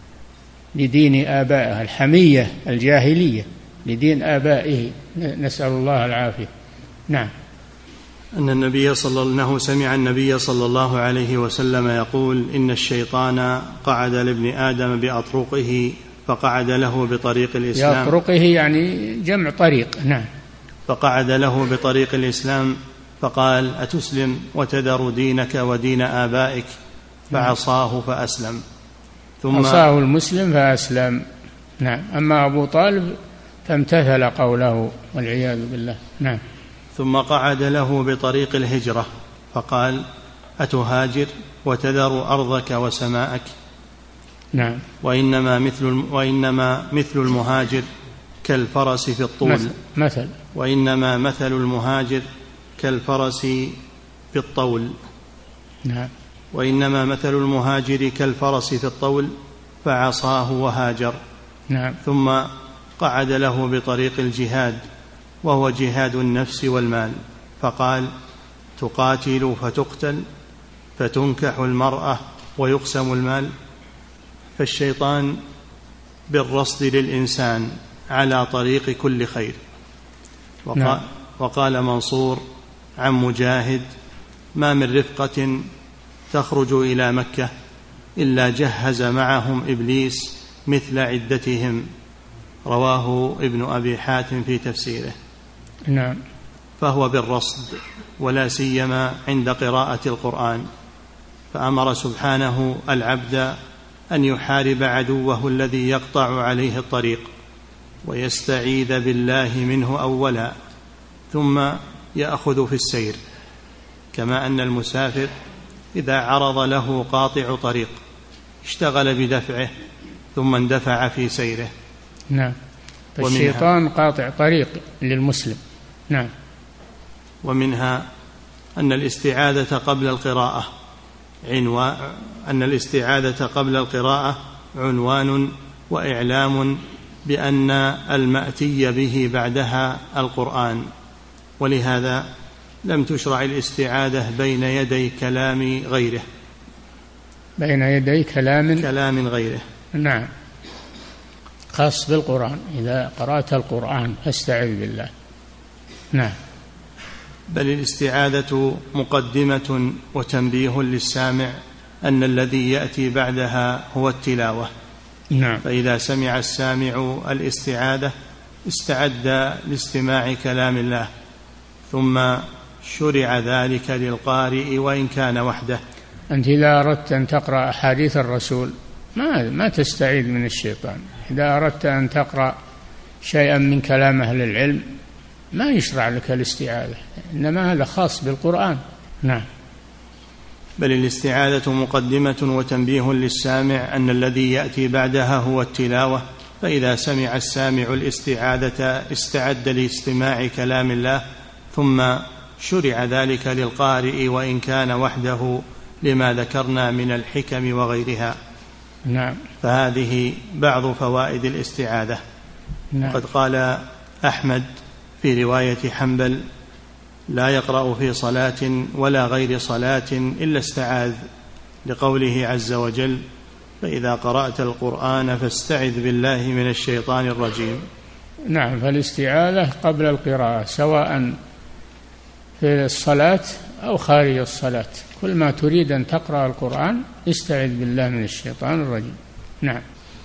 لدين آبائه، الحمية الجاهلية لدين آبائه، نسأل الله العافية. نعم. أن النبي صلى الله عليه وسلم سمع النبي صلى الله عليه وسلم يقول: إن الشيطان قعد لابن آدم بأطرقه فقعد له بطريق الإسلام. بأطرقه يعني جمع طريق. نعم. فقعد له بطريق الإسلام فقال: أتسلم وتذر دينك ودين آبائك؟ فعصاه فأسلم. ثم عصاه المسلم فأسلم. نعم. أما أبو طالب فامتثل قوله والعياذ بالله. نعم. ثم قعد له بطريق الهجرة فقال: أتهاجر وتذر أرضك وسماءك؟ نعم. وإنما مثل وإنما مثل المهاجر كالفرس في الطول. مثل, مثل وإنما مثل المهاجر كالفرس في الطول. نعم. وإنما مثل المهاجر كالفرس في الطول فعصاه وهاجر. نعم. ثم قعد له بطريق الجهاد وهو جهاد النفس والمال فقال: تقاتل فتقتل، فتنكح المرأة ويقسم المال. فالشيطان بالرصد للإنسان على طريق كل خير. وقال, نعم. وقال منصور: عن مجاهد: ما من رفقة تخرج إلى مكة إلا جهز معهم إبليس مثل عدتهم. رواه ابن أبي حاتم في تفسيره. نعم. فهو بالرصد، ولا سيما عند قراءة القرآن، فأمر سبحانه العبد أن يحارب عدوه الذي يقطع عليه الطريق، ويستعيذ بالله منه أولا، ثم يأخذ في السير، كما أن المسافر إذا عرض له قاطع طريق اشتغل بدفعه ثم اندفع في سيره. نعم. فالشيطان قاطع طريق للمسلم. نعم. ومنها أن الاستعاذة قبل القراءة عنوان أن الاستعاذة قبل القراءة عنوان وإعلام بأن المأتي به بعدها القرآن، ولهذا لم تشرع الاستعاذة بين يدي كلام غيره بين يدي كلام كلام غيره. نعم، خاص بالقرآن. إذا قرأت القرآن فاستعذ بالله. نعم. بل الاستعاذة مقدمة وتنبيه للسامع أن الذي يأتي بعدها هو التلاوة. نعم. فإذا سمع السامع الاستعاذة استعد لاستماع كلام الله، ثم شرع ذلك للقارئ وإن كان وحده. أنت إذا أردت أن تقرأ أحاديث الرسول ما ما تستعيذ من الشيطان. إذا أردت أن تقرأ شيئا من كلام أهل العلم ما يشرع لك الاستعاذة، إنما هذا خاص بالقرآن. نعم. بل الاستعاذة مقدمة وتنبيه للسامع أن الذي يأتي بعدها هو التلاوة، فإذا سمع السامع الاستعاذة استعد لاستماع كلام الله، ثم شرع ذلك للقارئ وإن كان وحده، لما ذكرنا من الحكم وغيرها. نعم. فهذه بعض فوائد الاستعاذة. نعم. وقد قال أحمد في رواية حنبل: لا يقرأ في صلاة ولا غير صلاة إلا استعاذ، لقوله عز وجل: فإذا قرأت القرآن فاستعذ بالله من الشيطان الرجيم. نعم. فالاستعاذة قبل القراءة سواء في الصلاة أو خارج الصلاة، كل ما تريد أن تقرأ القرآن استعذ بالله من الشيطان الرجيم. نعم.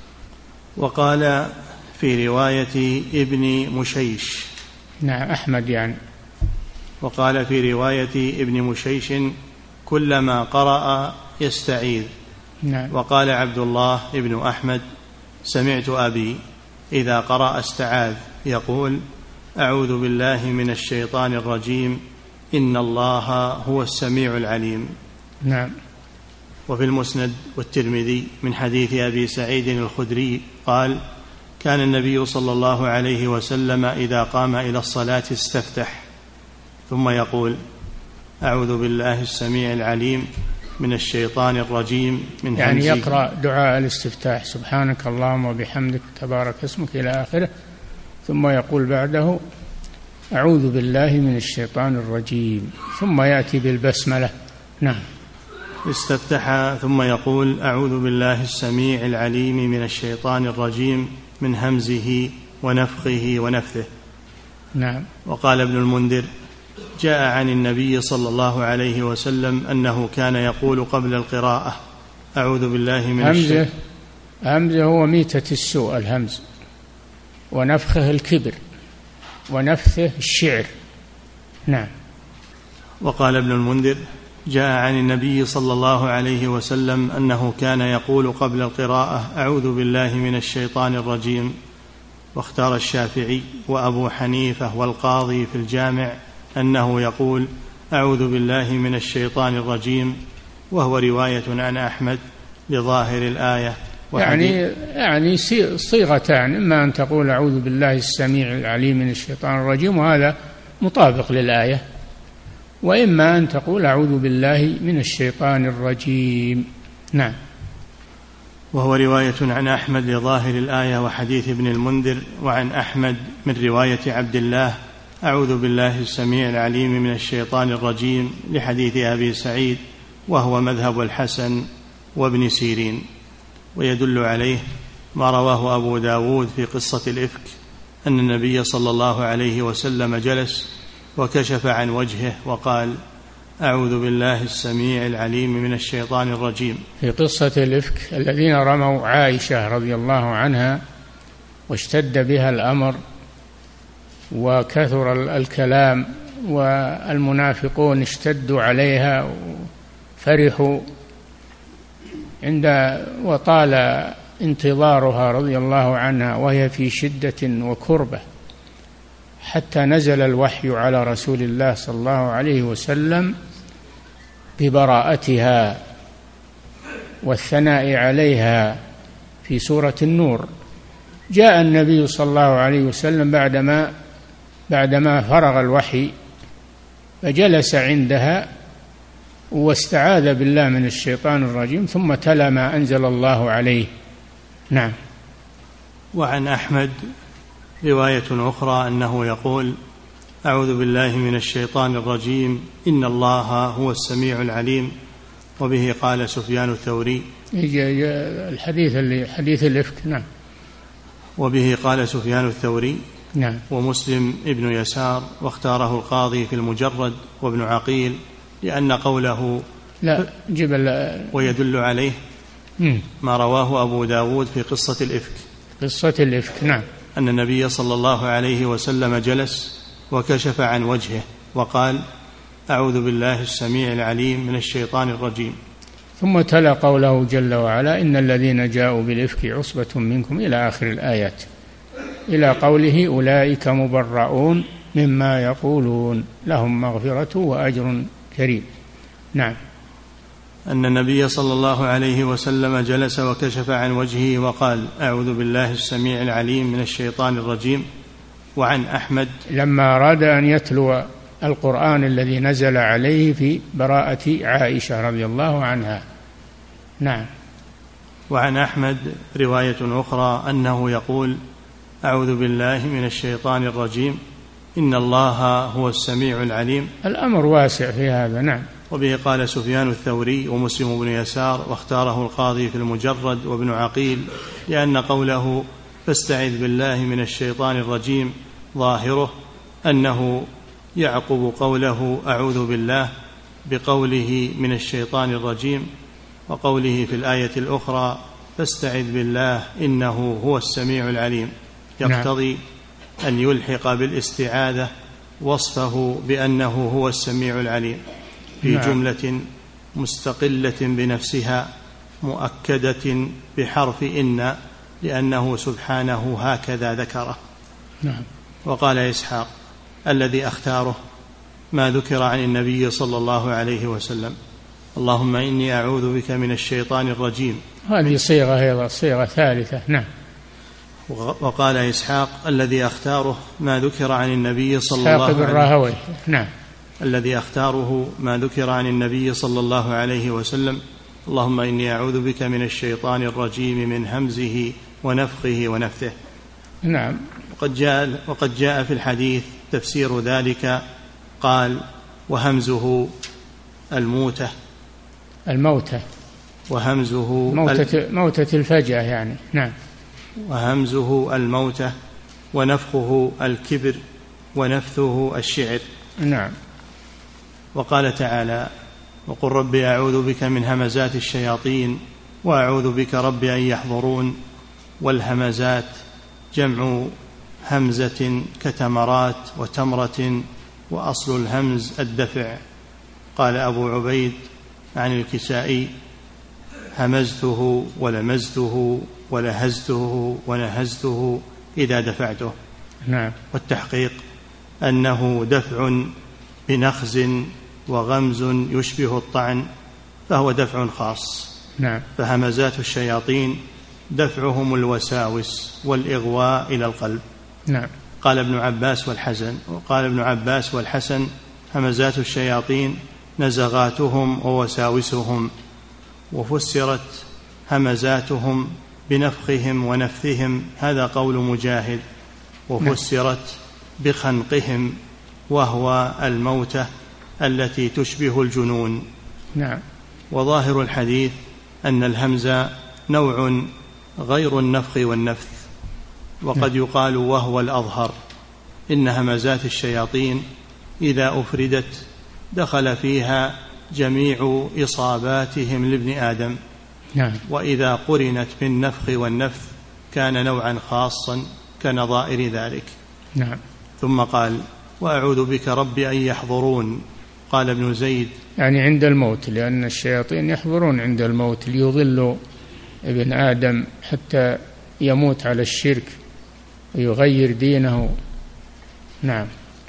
وقال في رواية ابن مشيش. نعم. أحمد يعني. وقال في رواية ابن مشيش: كلما قرأ يستعيذ. نعم. وقال عبد الله ابن أحمد: سمعت أبي إذا قرأ استعاذ يقول: أعوذ بالله من الشيطان الرجيم، إن الله هو السميع العليم. نعم. وفي المسند والترمذي من حديث أبي سعيد الخدري قال: كان النبي صلى الله عليه وسلم إذا قام إلى الصلاة استفتح ثم يقول: أعوذ بالله السميع العليم من الشيطان الرجيم من همزه. يعني يقرأ دعاء الاستفتاح: سبحانك اللهم وبحمدك تبارك اسمك إلى آخره، ثم يقول بعده: أعوذ بالله من الشيطان الرجيم، ثم يأتي بالبسملة. نعم. استفتح ثم يقول: أعوذ بالله السميع العليم من الشيطان الرجيم من همزه ونفخه ونفثه. نعم. وقال ابن المنذر: جاء عن النبي صلى الله عليه وسلم أنه كان يقول قبل القراءة: أعوذ بالله من الشيطان. همزه هو ميتة السوء الهمز، ونفخه الكبر، ونفثه الشعر. نعم. وقال ابن المنذر: جاء عن النبي صلى الله عليه وسلم أنه كان يقول قبل القراءة: أعوذ بالله من الشيطان الرجيم. واختار الشافعي وأبو حنيفة والقاضي في الجامع أنه يقول: أعوذ بالله من الشيطان الرجيم، وهو رواية عن أحمد لظاهر الآية. يعني يعني صيغتان: إما أن تقول أعوذ بالله السميع العليم من الشيطان الرجيم، وهذا مطابق للآية، وإما أن تقول أعوذ بالله من الشيطان الرجيم. نعم. وهو رواية عن أحمد لظاهر الآية وحديث ابن المنذر. وعن أحمد من رواية عبد الله: أعوذ بالله السميع العليم من الشيطان الرجيم، لحديث أبي سعيد، وهو مذهب الحسن وابن سيرين. ويدل عليه ما رواه أبو داود في قصة الإفك أن النبي صلى الله عليه وسلم جلس وكشف عن وجهه وقال أعوذ بالله السميع العليم من الشيطان الرجيم. في قصة الإفك الذين رموا عائشة رضي الله عنها واشتد بها الأمر وكثر الكلام والمنافقون اشتدوا عليها وفرحوا عند وطال انتظارها رضي الله عنها وهي في شدة وكربة، حتى نزل الوحي على رسول الله صلى الله عليه وسلم ببراءتها والثناء عليها في سورة النور. جاء النبي صلى الله عليه وسلم بعدما بعدما فرغ الوحي فجلس عندها واستعاذ بالله من الشيطان الرجيم، ثم تلا ما أنزل الله عليه. نعم. وعن أحمد رواية أخرى أنه يقول أعوذ بالله من الشيطان الرجيم إن الله هو السميع العليم. وبه قال سفيان الثوري. الحديث اللي حديث الإفك. نعم. وبه قال سفيان الثوري. نعم. ومسلم ابن يسار واختاره القاضي في المجرد وابن عقيل لأن قوله لا جبل ويدل عليه ما رواه أبو داود في قصة الإفك. قصة الإفك. نعم. أن النبي صلى الله عليه وسلم جلس وكشف عن وجهه وقال أعوذ بالله السميع العليم من الشيطان الرجيم. ثم تلا قوله جل وعلا إن الذين جاءوا بالإفك عصبة منكم إلى آخر الآيات، إلى قوله أولئك مبرؤون مما يقولون لهم مغفرة وأجر كريم. نعم. أن النبي صلى الله عليه وسلم جلس وكشف عن وجهه وقال أعوذ بالله السميع العليم من الشيطان الرجيم. وعن أحمد لما أراد أن يتلو القرآن الذي نزل عليه في براءة عائشة رضي الله عنها. نعم. وعن أحمد رواية أخرى أنه يقول أعوذ بالله من الشيطان الرجيم إن الله هو السميع العليم. الأمر واسع في هذا. نعم. وبه قال سفيان الثوري ومسلم بن يسار واختاره القاضي في المجرد وابن عقيل لأن قوله فاستعذ بالله من الشيطان الرجيم ظاهره أنه يعقب قوله أعوذ بالله بقوله من الشيطان الرجيم، وقوله في الآية الأخرى فاستعذ بالله إنه هو السميع العليم يقتضي أن يلحق بالاستعاذة وصفه بأنه هو السميع العليم في جملة مستقلة بنفسها مؤكدة بحرف إن لأنه سبحانه هكذا ذكره. نعم. وقال إسحاق الذي أختاره ما ذكر عن النبي صلى الله عليه وسلم اللهم إني أعوذ بك من الشيطان الرجيم. هذه صيغة أيضا صيغة ثالثة. نعم. وقال إسحاق الذي أختاره ما ذكر عن النبي صلى الله عليه وسلم الراهوي. نعم. الذي أختاره ما ذكر عن النبي صلى الله عليه وسلم اللهم إني أعوذ بك من الشيطان الرجيم من همزه ونفخه ونفثه. نعم. وقد جاء, وقد جاء في الحديث تفسير ذلك قال وهمزه الموتة الموتة وهمزه موتة, موتة الفجأة يعني. نعم. وهمزه الموتة ونفخه الكبر ونفثه الشعر. نعم. وقال تعالى وقل ربي أعوذ بك من همزات الشياطين وأعوذ بك ربي أن يحضرون. والهمزات جمع همزة كتمرات وتمرة وأصل الهمز الدفع. قال أبو عبيد عن الكسائي همزته ولمزته ولهزته ونهزته إذا دفعته. نعم. والتحقيق أنه دفع بنخز وغمز يشبه الطعن فهو دفع خاص. نعم. فهمزات الشياطين دفعهم الوساوس والإغواء إلى القلب. نعم. قال ابن عباس والحسن وقال ابن عباس والحسن همزات الشياطين نزغاتهم ووساوسهم. وفسرت همزاتهم بنفخهم ونفثهم هذا قول مجاهد. وفسرت بخنقهم وهو الموتة التي تشبه الجنون. نعم. وظاهر الحديث أن الهمز نوع غير النفخ والنفث. وقد يقال وهو الأظهر إن همزات الشياطين إذا أفردت دخل فيها جميع إصاباتهم لابن آدم. نعم. وإذا قرنت بالنفخ والنفث كان نوعا خاصا كنظائر ذلك. نعم. ثم قال: وأعوذ بك رب أن يحضرون. قال ابن زيد: يعني عند الموت، لأن الشياطين يحضرون عند الموت ليضلوا ابن آدم حتى يموت على الشرك ويغير دينه. نعم.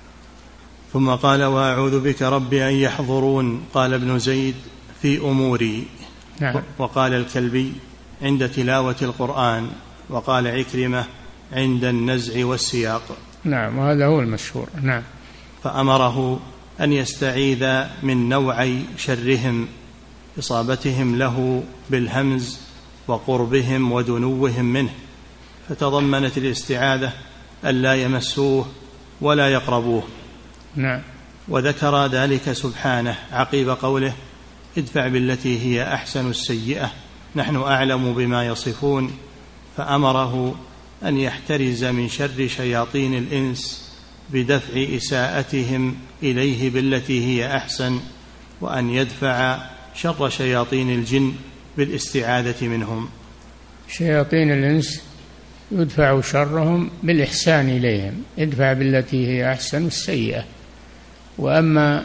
ثم قال: وأعوذ بك رب أن يحضرون. قال ابن زيد: في أموري. نعم. وقال الكلبي: عند تلاوة القرآن. وقال عكرمة: عند النزع والسياق. نعم، وهذا هو المشهور. نعم. فأمره أن يستعيذ من نوعي شرهم، إصابتهم له بالهمز وقربهم ودنوهم منه، فتضمنت الاستعاذة ألا يمسوه ولا يقربوه. نعم. وذكر ذلك سبحانه عقيب قوله: ادفع بالتي هي أحسن السيئة نحن أعلم بما يصفون. فأمره أن يحترز من شر شياطين الإنس بدفع إساءتهم إليه بالتي هي أحسن، وأن يدفع شر شياطين الجن بالاستعاذة منهم. شياطين الإنس يدفع شرهم بالإحسان إليهم، ادفع بالتي هي أحسن السيئة. وأما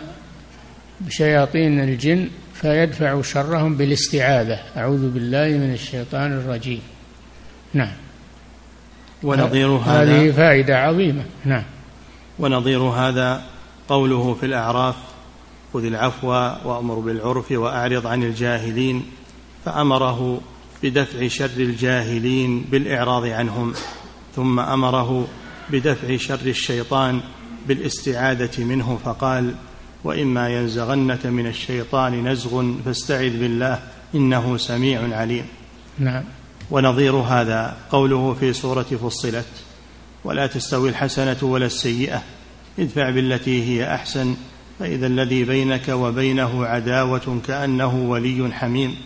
شياطين الجن فيدفع شرهم بالاستعاذة، أعوذ بالله من الشيطان الرجيم. نعم. ونظير هذا هذه فائدة عظيمة. نعم. ونظير هذا قوله في الأعراف: خذ العفو وأمر بالعرف وأعرض عن الجاهلين، فأمره بدفع شر الجاهلين بالإعراض عنهم، ثم أمره بدفع شر الشيطان بالاستعاذة منه، فقال: وإما ينزغنك من الشيطان نزغ فاستعذ بالله إنه سميع عليم. نعم. ونظير هذا قوله في سورة فصلت: ولا تستوي الحسنة ولا السيئة ادفع بالتي هي أحسن فإذا الذي بينك وبينه عداوة كأنه ولي حميم،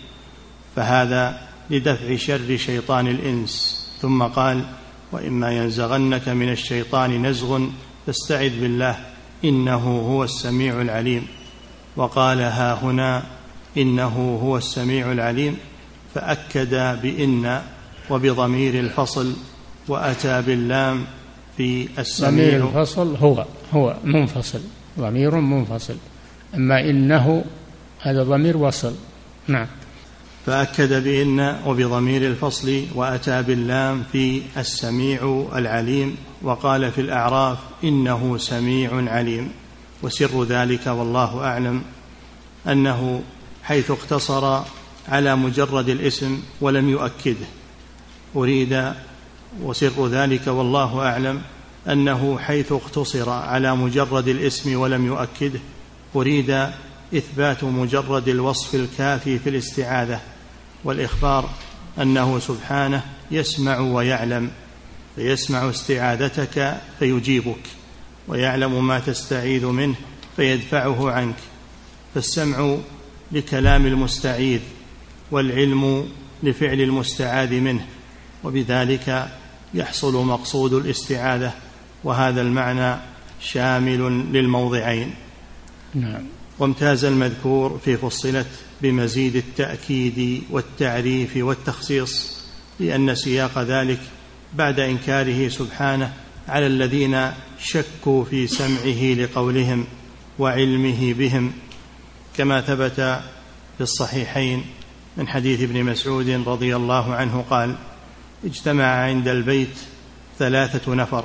فهذا لدفع شر شيطان الإنس. ثم قال: وإما ينزغنك من الشيطان نزغ فاستعذ بالله إنه هو السميع العليم. وقال ها هنا: إنه هو السميع العليم، فأكد بإن وبضمير الفصل، وأتى باللام في السميع. ضمير الفصل هو هو منفصل، ضمير منفصل، أما إنه هذا ضمير وصل. نعم. فأكد بإن وبضمير الفصل، وأتى باللام في السميع العليم. وقال في الأعراف: إنه سميع عليم. وسر ذلك والله أعلم أنه حيث اقتصر على مجرد الاسم ولم يؤكده أريد وسر ذلك والله أعلم أنه حيث اقتصر على مجرد الاسم ولم يؤكده أريد إثبات مجرد الوصف الكافي في الاستعاذة، والإخبار أنه سبحانه يسمع ويعلم، فيسمع استعاذتك فيجيبك، ويعلم ما تستعيذ منه فيدفعه عنك. فالسمع لكلام المستعيذ، والعلم لفعل المستعاذ منه، وبذلك يحصل مقصود الاستعاذة، وهذا المعنى شامل للموضعين. نعم. وامتاز المذكور في فصلت بمزيد التأكيد والتعريف والتخصيص، لأن سياق ذلك بعد إنكاره سبحانه على الذين شكوا في سمعه لقولهم وعلمه بهم، كما ثبت في الصحيحين من حديث ابن مسعود رضي الله عنه قال: اجتمع عند البيت ثلاثة نفر،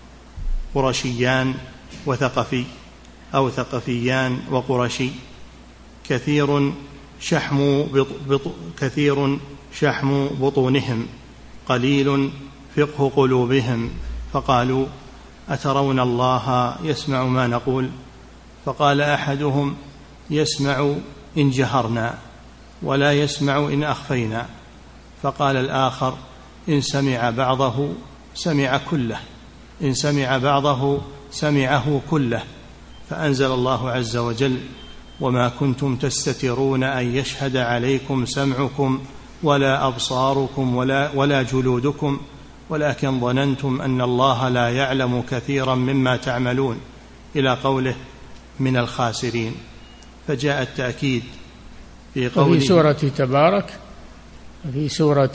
قرشيان وثقفي أو ثقفيان وقرشي، كثير شحم بط بط كثير شحم بطونهم قليل فقه قلوبهم، فقالوا: أترون الله يسمع ما نقول؟ فقال أحدهم: يسمع إن جهرنا ولا يسمع إن أخفينا. فقال الآخر: إن سمع بعضه سمع كله، إن سمع بعضه سمعه كله. فأنزل الله عز وجل: وما كنتم تستترون أن يشهد عليكم سمعكم ولا أبصاركم ولا, ولا جلودكم ولكن ظننتم أن الله لا يعلم كثيرا مما تعملون، إلى قوله: من الخاسرين. فجاء التأكيد في قوله في سورة تبارك في سورة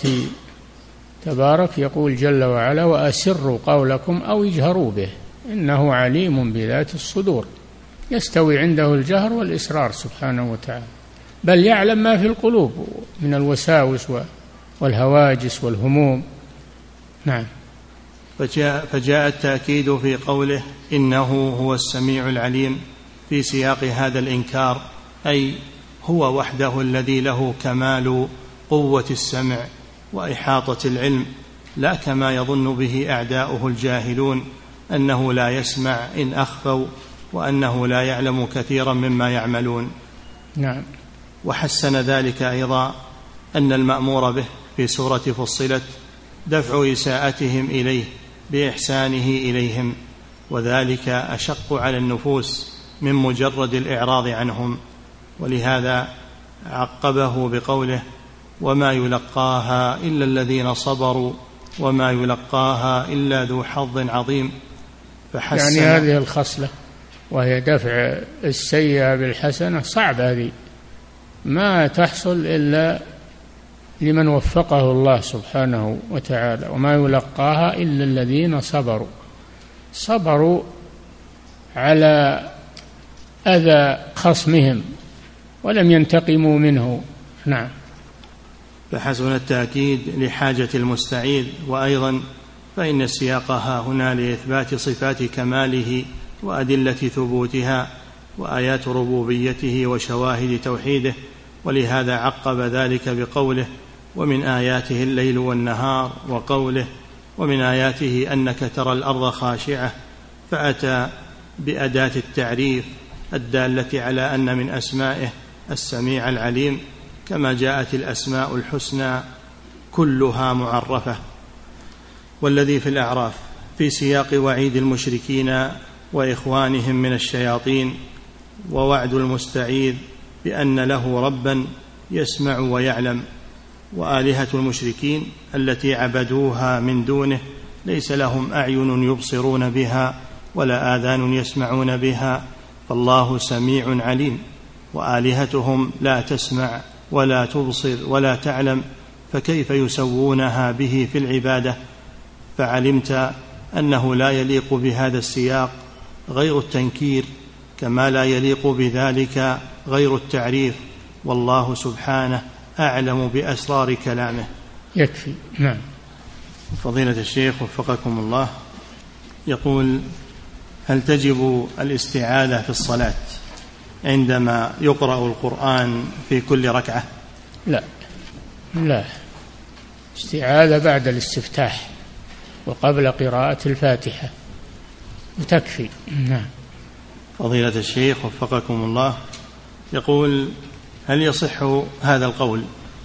تبارك يقول جل وعلا: وأسروا قولكم أو اجهروا به إنه عليم بذات الصدور. يستوي عنده الجهر والإسرار سبحانه وتعالى، بل يعلم ما في القلوب من الوساوس والهواجس والهموم. نعم. فجاء, فجاء التأكيد في قوله: إنه هو السميع العليم في سياق هذا الإنكار، أي هو وحده الذي له كمال قوة السمع وإحاطة العلم، لا كما يظن به أعداؤه الجاهلون أنه لا يسمع إن أخفوا، وأنه لا يعلم كثيرا مما يعملون. نعم. وحسن ذلك أيضا أن المأمور به في سورة فصلت دفع إساءتهم إليه بإحسانه إليهم، وذلك أشق على النفوس من مجرد الإعراض عنهم، ولهذا عقبه بقوله: وما يلقاها إلا الذين صبروا وما يلقاها إلا ذو حظ عظيم. فحسن يعني هذه الخصلة وهي دفع السيئة بالحسنة صعب، هذه ما تحصل إلا لمن وفقه الله سبحانه وتعالى. وما يلقاها إلا الذين صبروا صبروا على أذى خصمهم ولم ينتقموا منه. نعم. فحسن التأكيد لحاجة المستعيذ. وأيضا فإن سياقها هنا لإثبات صفات كماله وأدلة ثبوتها وآيات ربوبيته وشواهد توحيده، ولهذا عقب ذلك بقوله: ومن آياته الليل والنهار، وقوله: ومن آياته أنك ترى الأرض خاشعة، فأتى بأداة التعريف الدالة على أن من أسمائه السميع العليم، كما جاءت الأسماء الحسنى كلها معرفة. والذي في الأعراف في سياق وعيد المشركين وإخوانهم من الشياطين، ووعد المستعيذ بأن له ربا يسمع ويعلم. وآلهة المشركين التي عبدوها من دونه ليس لهم أعين يبصرون بها ولا آذان يسمعون بها، فالله سميع عليم، وآلهتهم لا تسمع ولا تبصر ولا تعلم، فكيف يسوونها به في العبادة؟ فعلمت أنه لا يليق بهذا السياق غير التنكير، كما لا يليق بذلك غير التعريف، والله سبحانه أعلم بأسرار كلامه. يكفي. نعم. فضيلة الشيخ وفقكم الله، يقول: هل تجب الاستعاذة في الصلاة عندما يقرأ القرآن في كل ركعة؟ لا لا، استعاذة بعد الاستفتاح وقبل قراءة الفاتحة وتكفي. نعم. فضيلة الشيخ وفقكم الله، يقول: هل يصح هذا القول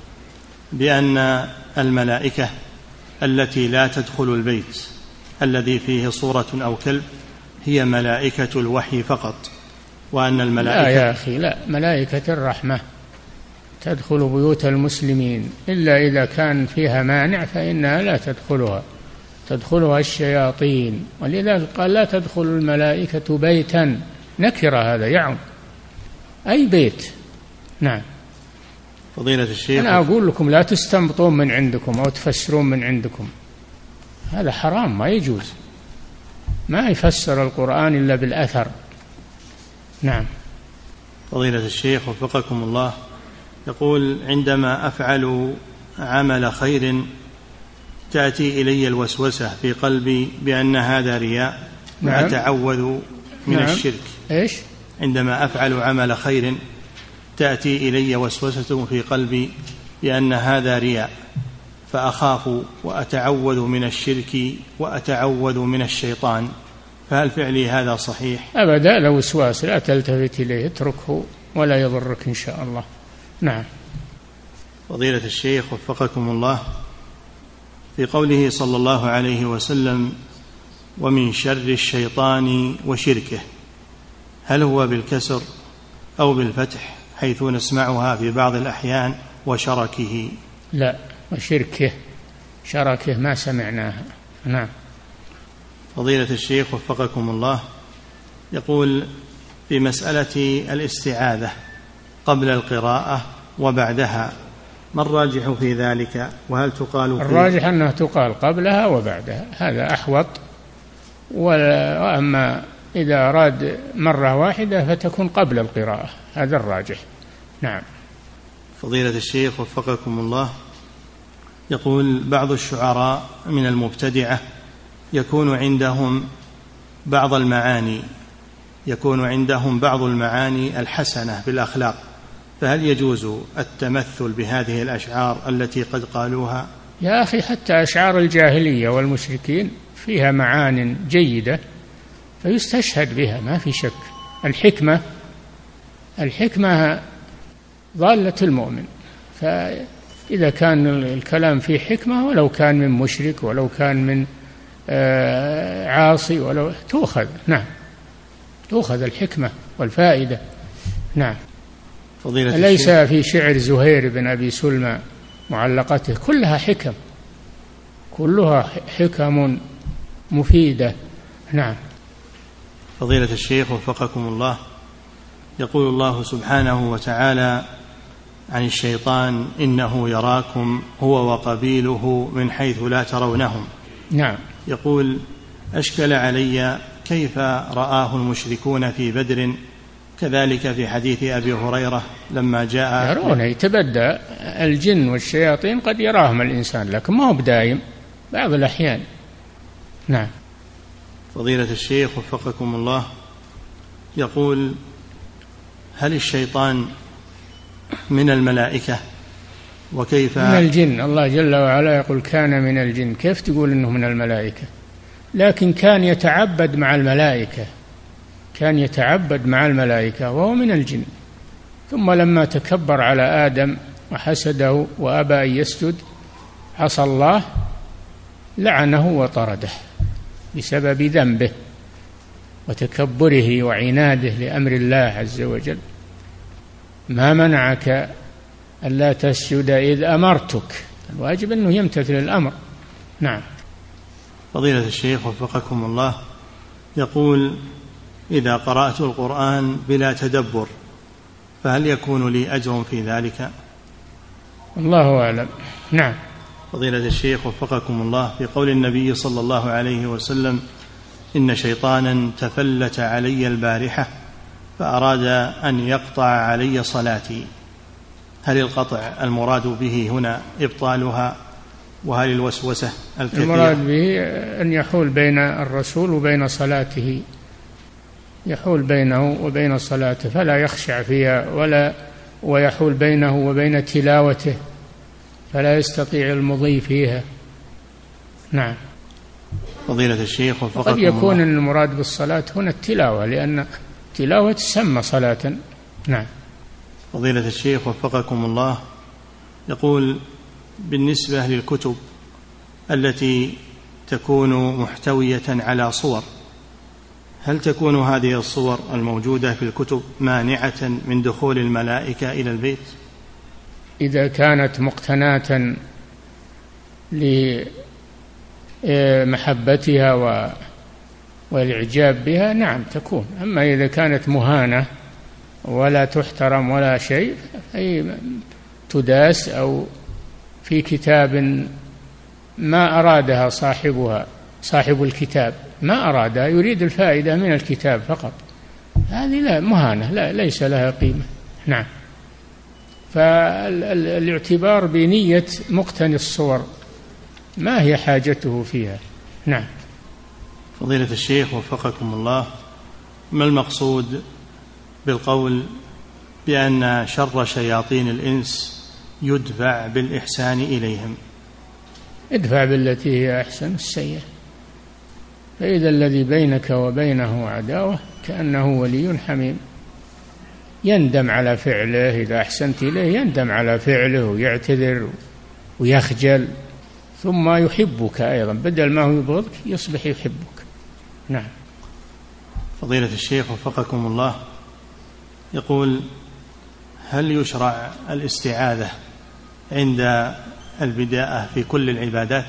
بأن الملائكة التي لا تدخل البيت الذي فيه صورة أو كلب هي ملائكة الوحي فقط، وأن الملائكة لا يا أخي، لا، ملائكة الرحمة تدخل بيوت المسلمين إلا إذا كان فيها مانع فإنها لا تدخلها، تدخلها الشياطين، ولذلك قال: لا تدخل الملائكة بيتا، نكر هذا يعم أي بيت. نعم. فضيلة الشيخ، أنا أقول لكم لا تستنبطون من عندكم أو تفسرون من عندكم، هذا حرام، ما يجوز، ما يفسر القرآن إلا بالأثر. نعم. فضيلة الشيخ وفقكم الله، يقول: عندما أفعل عمل خير تأتي إلي الوسوسة في قلبي بأن هذا رياء، نعم. وأتعوذ من نعم. الشرك. إيش؟ عندما أفعل عمل خير تأتي إلي وسوسة في قلبي بأن هذا رياء، فأخاف وأتعوذ من الشرك وأتعوذ من الشيطان، فهل فعلي هذا صحيح؟ أبدا، لو وسواس لا تلتفت إليه، اتركه ولا يضرك إن شاء الله. نعم. فضيلة الشيخ وفقكم الله، في قوله صلى الله عليه وسلم: ومن شر الشيطان وشركه، هل هو بالكسر أو بالفتح حيث نسمعها في بعض الأحيان وشركه؟ لا، وشركه، شركه ما سمعناها. نعم. فضيلة الشيخ وفقكم الله، يقول: في مسألة الاستعاذة قبل القراءة وبعدها، ما الراجح في ذلك؟ وهل تقال في الراجح أنها تقال قبلها وبعدها، هذا أحوط. وأما إذا أراد مرة واحدة فتكون قبل القراءة، هذا الراجح. نعم. فضيلة الشيخ وفقكم الله، يقول بعض الشعراء من المبتدعة يكون عندهم بعض المعاني يكون عندهم بعض المعاني الحسنة بالأخلاق، فهل يجوز التمثل بهذه الأشعار التي قد قالوها؟ يا أخي حتى أشعار الجاهلية والمشركين فيها معان جيدة فيستشهد بها، ما في شك. الحكمة الحكمة ضالة المؤمن، فإذا كان الكلام فيه حكمة ولو كان من مشرك ولو كان من عاصي ولو تؤخذ. نعم، تؤخذ الحكمة والفائدة. نعم. ليس في شعر زهير بن أبي سلمى معلقته كلها حكم، كلها حكم مفيدة. نعم. فضيلة الشيخ وفقكم الله، يقول الله سبحانه وتعالى عن الشيطان إنه يراكم هو وقبيله من حيث لا ترونهم. نعم. يقول أشكل علي كيف رآه المشركون في بدر كذلك في حديث أبي هريرة لما جاء يرون، يتبدى الجن والشياطين قد يراهم الإنسان لكن ما هو بدائم، بعض الأحيان. نعم. فضيلة الشيخ وفقكم الله، يقول هل الشيطان من الملائكة وكيف؟ من الجن. الله جل وعلا يقول كان من الجن، كيف تقول إنه من الملائكة؟ لكن كان يتعبد مع الملائكة، كان يتعبد مع الملائكة وهو من الجن. ثم لما تكبر على آدم وحسده وأبى أن يسجد عصى الله لعنه وطرده بسبب ذنبه وتكبره وعناده لأمر الله عز وجل. ما منعك ألا تسجد إذ أمرتك، الواجب أنه يمتثل الأمر. نعم. فضيلة الشيخ وفقكم الله، يقول إذا قرأت القرآن بلا تدبر فهل يكون لي أجر في ذلك؟ الله أعلم. نعم. فضيلة الشيخ وفقكم الله، في قول النبي صلى الله عليه وسلم إن شيطانا تفلت علي البارحة فأراد أن يقطع علي صلاتي، هل القطع المراد به هنا إبطالها؟ وهل الوسوسة الكثيرة؟ المراد به أن يحول بين الرسول وبين صلاته، يحول بينه وبين صلاته فلا يخشع فيها، ولا ويحول بينه وبين تلاوته فلا يستطيع المضي فيها. نعم. فضيلة الشيخ وفقكم قد يكون الله المراد بالصلاة هنا التلاوة، لأن التلاوة تسمى صلاة. نعم. فضيلة الشيخ وفقكم الله، يقول بالنسبة للكتب التي تكون محتوية على صور، هل تكون هذه الصور الموجودة في الكتب مانعة من دخول الملائكة إلى البيت؟ إذا كانت مقتناة لمحبتها والإعجاب بها نعم تكون. أما إذا كانت مهانة ولا تحترم ولا شيء أي تداس، أو في كتاب ما أرادها صاحبها صاحب الكتاب ما أرادها، يريد الفائدة من الكتاب فقط، هذه لا مهانة، لا ليس لها قيمة. نعم. فالاعتبار بنية مقتني الصور ما هي حاجته فيها. نعم. فضيلة الشيخ وفقكم الله، ما المقصود بالقول بأن شر شياطين الإنس يدفع بالإحسان إليهم؟ ادفع بالتي هي أحسن السيئة، فإذا الذي بينك وبينه عداوة كأنه ولي حميم، يندم على فعله إذا أحسنت إليه، يندم على فعله ويعتذر ويخجل، ثم يحبك أيضا، بدل ما هو يبغضك يصبح يحبك. نعم. فضيلة الشيخ وفقكم الله، يقول هل يشرع الاستعاذة عند البداءة في كل العبادات؟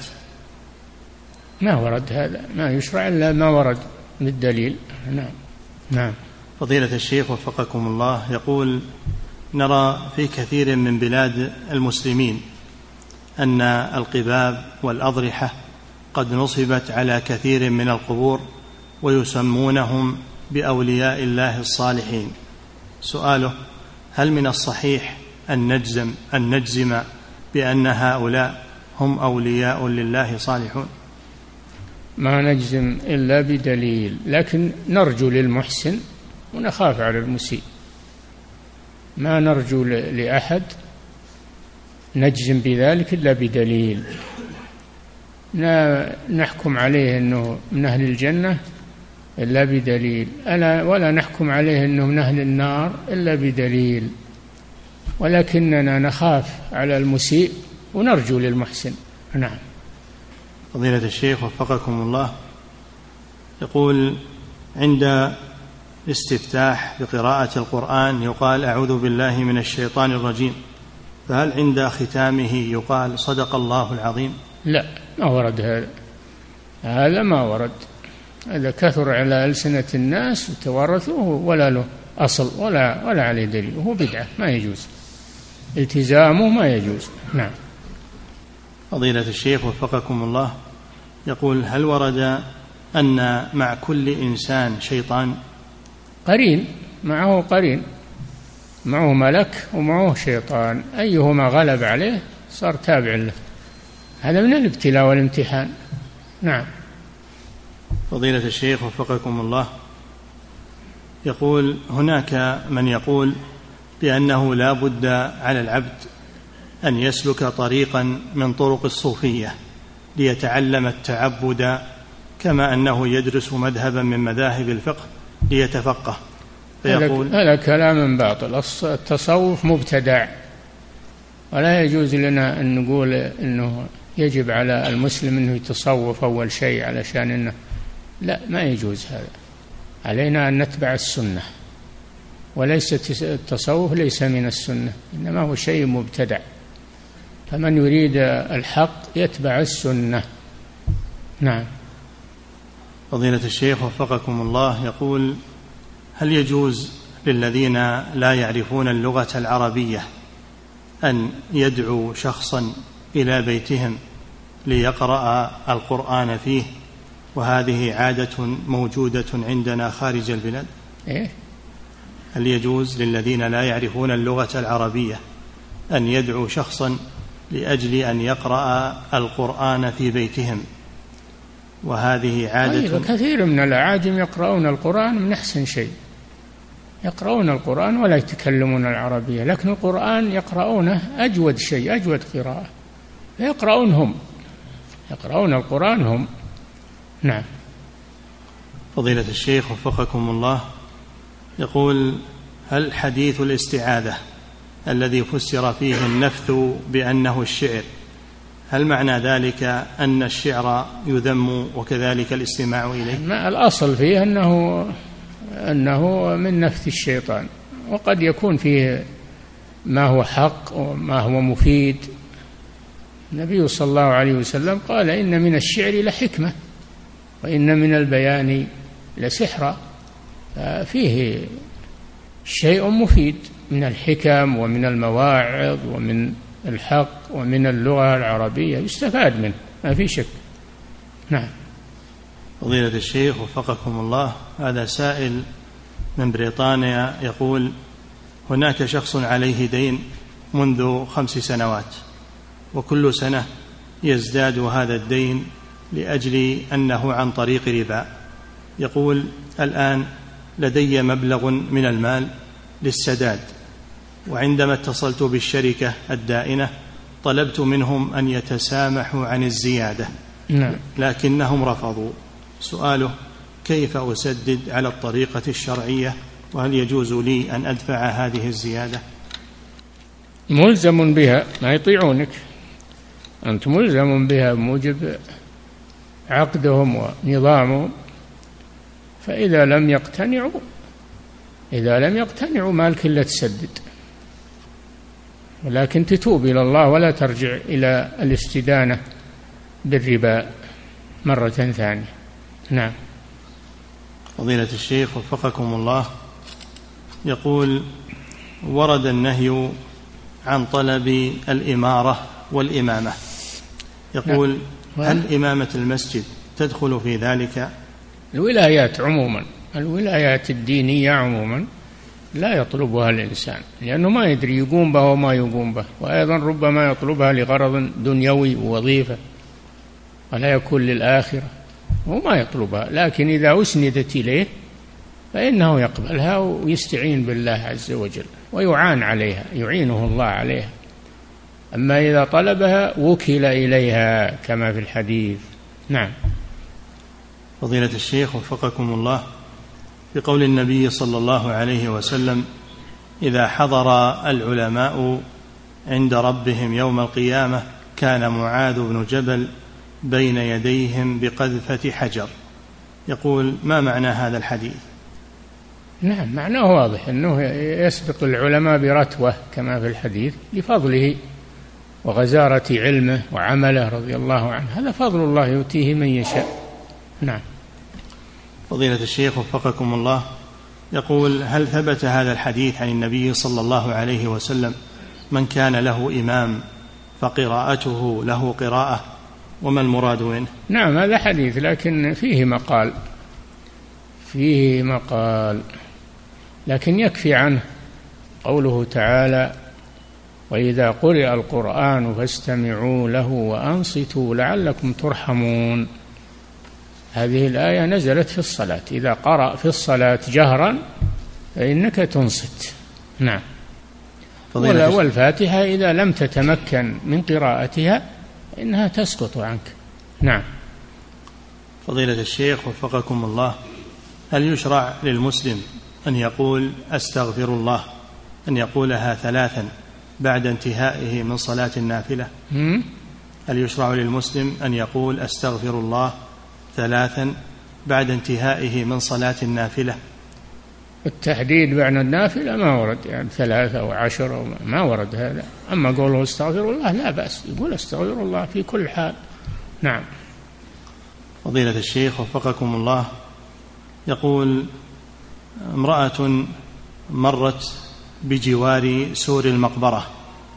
ما ورد هذا، ما يشرع إلا ما ورد بالدليل. نعم. نعم. فضيلة الشيخ وفقكم الله، يقول: نرى في كثير من بلاد المسلمين أن القباب والأضرحة قد نصبت على كثير من القبور ويسمونهم بأولياء الله الصالحين. سؤاله: هل من الصحيح أن نجزم, أن نجزم بأن هؤلاء هم أولياء لله صالحون؟ ما نجزم إلا بدليل، لكن نرجو للمحسن ونخاف على المسيء. ما نرجو لأحد نجزم بذلك إلا بدليل، لا نحكم عليه أنه من أهل الجنة إلا بدليل، ولا نحكم عليه أنه من أهل النار إلا بدليل، ولكننا نخاف على المسيء ونرجو للمحسن. نعم. فضيلة الشيخ وفقكم الله، يقول: عند الاستفتاح بقراءة القرآن يقال: أعوذ بالله من الشيطان الرجيم، فهل عند ختامه يقال صدق الله العظيم؟ لا، ما ورد هذا، هذا ما ورد، هذا كثر على ألسنة الناس وتوارثوه ولا له أصل ولا ولا عليه دليل، وهو بدعة ما يجوز التزامه، ما يجوز. نعم. فضيلة الشيخ وفقكم الله، يقول: هل ورد أن مع كل إنسان شيطان؟ قرين، معه قرين، معه ملك ومعه شيطان، أيهما غلب عليه صار تابع له، هذا من الابتلاء والامتحان. نعم. فضيلة الشيخ وفقكم الله، يقول: هناك من يقول بأنه لا بد على العبد أن يسلك طريقا من طرق الصوفية ليتعلم التعبد، كما أنه يدرس مذهبا من مذاهب الفقه ليتفقه، فيقول: هذا كلام باطل، التصوف مبتدع، ولا يجوز لنا أن نقول أنه يجب على المسلم أنه يتصوف أول شيء علشان أنه، لا، ما يجوز هذا، علينا أن نتبع السنة، وليس التصوف ليس من السنة، إنما هو شيء مبتدع، فمن يريد الحق يتبع السنة. نعم. فضيلة الشيخ وفقكم الله، يقول: هل يجوز للذين لا يعرفون اللغة العربية أن يدعوا شخصا إلى بيتهم ليقرأ القرآن فيه، وهذه عادة موجودة عندنا خارج البلاد؟ إيه؟ هل يجوز للذين لا يعرفون اللغة العربية أن يدعوا شخصا لأجل أن يقرأ القرآن في بيتهم، وهذه عادة؟ طيب، كثير من الأعاجم يقرؤون القرآن من أحسن شيء، يقرؤون القرآن ولا يتكلمون العربية، لكن القرآن يقرؤونه أجود شيء، أجود قراءة، يقرؤون هم، يقرؤون القرآن هم. نعم. فضيلة الشيخ وفقكم الله، يقول: هل حديث الاستعاذة الذي فسر فيه النفث بأنه الشعر، هل معنى ذلك أن الشعر يذم وكذلك الاستماع إليه؟ ما الأصل فيه أنه أنه من نفث الشيطان، وقد يكون فيه ما هو حق وما هو مفيد. النبي صلى الله عليه وسلم قال: إن من الشعر لحكمة وإن من البيان لسحرا، فيه شيء مفيد من الحكم ومن المواعظ ومن الحق ومن اللغة العربية، يستفاد منه، ما في شك. نعم. فضيلة الشيخ وفقكم الله، هذا سائل من بريطانيا يقول: هناك شخص عليه دين منذ خمس سنوات، وكل سنة يزداد هذا الدين لأجل أنه عن طريق ربا. يقول: الآن لدي مبلغ من المال للسداد، وعندما اتصلت بالشركة الدائنة طلبت منهم أن يتسامحوا عن الزيادة، نعم. لكنهم رفضوا. سؤاله: كيف أسدد على الطريقة الشرعية، وهل يجوز لي أن أدفع هذه الزيادة؟ ملزم بها، ما يطيعونك، أنت ملزم بها بموجب عقدهم ونظامهم، فإذا لم يقتنعوا إذا لم يقتنعوا مالك إلا تسدد، ولكن تتوب إلى الله ولا ترجع إلى الاستدانة بالربا مرة ثانية. نعم. فضيلة الشيخ وفقكم الله، يقول: ورد النهي عن طلب الإمارة والإمامة، يقول: هل إمامة المسجد تدخل في ذلك؟ الولايات عموما، الولايات الدينية عموما لا يطلبها الإنسان، لأنه ما يدري يقوم به وما يقوم به، وأيضا ربما يطلبها لغرض دنيوي ووظيفة ولا يكون للآخرة وما يطلبها. لكن إذا أسندت إليه فإنه يقبلها ويستعين بالله عز وجل ويعان عليها، يعينه الله عليها. أما إذا طلبها وكل إليها كما في الحديث. نعم. فضيلة الشيخ وفقكم الله، بقول النبي صلى الله عليه وسلم: إذا حضر العلماء عند ربهم يوم القيامة كان معاذ بن جبل بين يديهم بقذفة حجر، يقول: ما معنى هذا الحديث؟ نعم، معناه واضح، أنه يسبق العلماء برتوة كما في الحديث لفضله وغزارة علمه وعمله رضي الله عنه، هذا فضل الله يؤتيه من يشاء. نعم. فضيلة الشيخ وفقكم الله، يقول: هل ثبت هذا الحديث عن النبي صلى الله عليه وسلم من كان له إمام فقراءته له قراءة، وما المراد منه؟ نعم، هذا حديث لكن فيه مقال، فيه مقال لكن يكفي عنه قوله تعالى: وإذا قرئ القرآن فاستمعوا له وأنصتوا لعلكم ترحمون. هذه الآية نزلت في الصلاة، إذا قرأ في الصلاة جهرا فإنك تنصت. نعم. والفاتحة إذا لم تتمكن من قراءتها إنها تسقط عنك. نعم. فضيلة الشيخ وفقكم الله، هل يشرع للمسلم أن يقول أستغفر الله، أن يقولها ثلاثا بعد انتهائه من صلاة النافلة؟ هل يشرع للمسلم أن يقول أستغفر الله ثلاثا بعد انتهائه من صلاة النافلة؟ التحديد بعد النافلة ما ورد، يعني ثلاثة أو عشر ما ورد هذا. أما قوله استغفر الله لا بأس، يقول استغفر الله في كل حال. نعم. فضيلة الشيخ وفقكم الله، يقول: امرأة مرت بجوار سور المقبرة،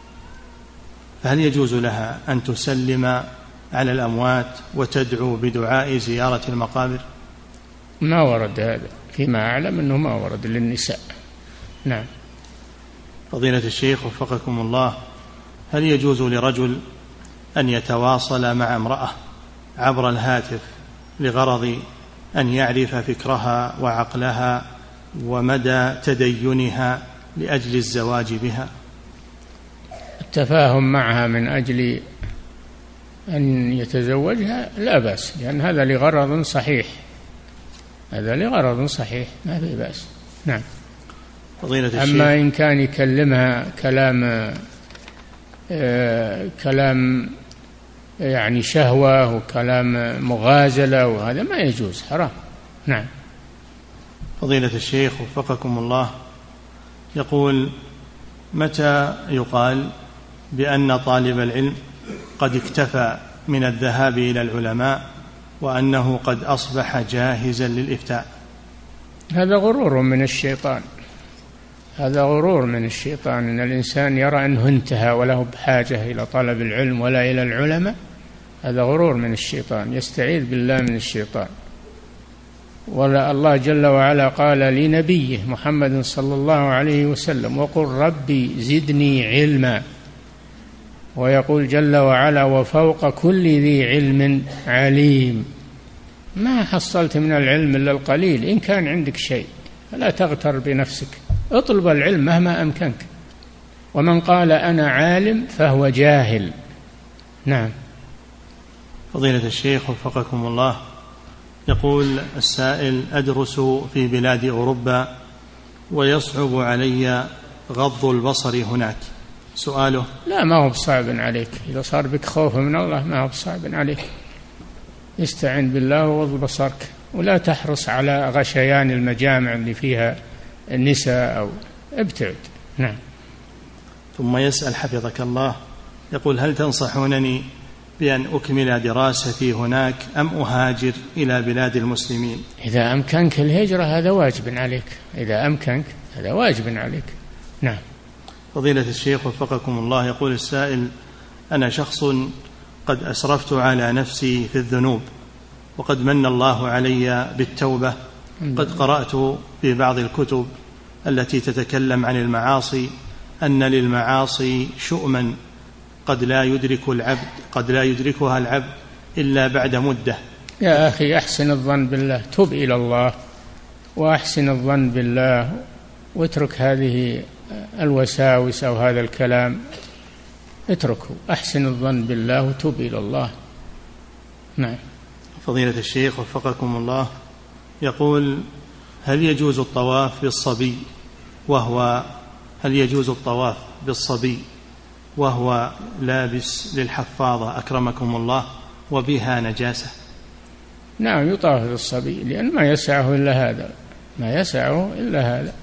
فهل يجوز لها أن تسلم على الأموات وتدعو بدعاء زيارة المقابر؟ ما ورد هذا، فيما أعلم أنه ما ورد للنساء. نعم. فضيلة الشيخ وفقكم الله، هل يجوز لرجل أن يتواصل مع امرأة عبر الهاتف لغرض أن يعرف فكرها وعقلها ومدى تدينها لأجل الزواج بها؟ التفاهم معها من أجل أن يتزوجها لا بأس، لأن هذا لغرض صحيح، هذا لغرض صحيح ما في بأس. نعم. فضيلة الشيخ، أما إن كان يكلمها كلام آه كلام يعني شهوة وكلام مغازلة وهذا ما يجوز، حرام. نعم. فضيلة الشيخ وفقكم الله، يقول: متى يقال بأن طالب العلم قد اكتفى من الذهاب إلى العلماء وأنه قد أصبح جاهزا للإفتاء؟ هذا غرور من الشيطان، هذا غرور من الشيطان، أن الإنسان يرى أنه انتهى وله بحاجة إلى طلب العلم ولا إلى العلماء، هذا غرور من الشيطان، يستعيذ بالله من الشيطان. ولا الله جل وعلا قال لنبيه محمد صلى الله عليه وسلم: وقل ربي زدني علما. ويقول جل وعلا: وفوق كل ذي علم عليم. ما حصلت من العلم إلا القليل، إن كان عندك شيء فلا تغتر بنفسك، اطلب العلم مهما أمكنك، ومن قال أنا عالم فهو جاهل. نعم. فضيلة الشيخ وفقكم الله، يقول السائل: أدرس في بلاد أوروبا ويصعب علي غض البصر هناك، سؤاله: لا، ما هو بصعب عليك، إذا صار بك خوف من الله ما هو بصعب عليك، استعن بالله وغض بصرك، ولا تحرص على غشيان المجامع اللي فيها النساء أو ابتعد. نعم. ثم يسأل حفظك الله، يقول: هل تنصحونني بأن أكمل دراستي هناك أم أهاجر إلى بلاد المسلمين؟ إذا أمكنك الهجرة هذا واجب عليك، إذا أمكنك هذا واجب عليك. نعم. فضيلة الشيخ وفقكم الله، يقول السائل: أنا شخص قد أسرفت على نفسي في الذنوب، وقد من الله علي بالتوبة. قد قرأت في بعض الكتب التي تتكلم عن المعاصي أن للمعاصي شؤما قد لا يدرك العبد قد لا يدركها العبد إلا بعد مدة. يا أخي، أحسن الظن بالله، تب إلى الله وأحسن الظن بالله، واترك هذه الوساوس أو هذا الكلام، اتركه، أحسن الظن بالله وتب إلى الله. نعم. فضيلة الشيخ وفقكم الله، يقول: هل يجوز الطواف بالصبي وهو هل يجوز الطواف بالصبي وهو لابس للحفاظة أكرمكم الله وبها نجاسة؟ نعم، يطاف بالصبي، لأن ما يسعه إلا هذا، ما يسعه إلا هذا،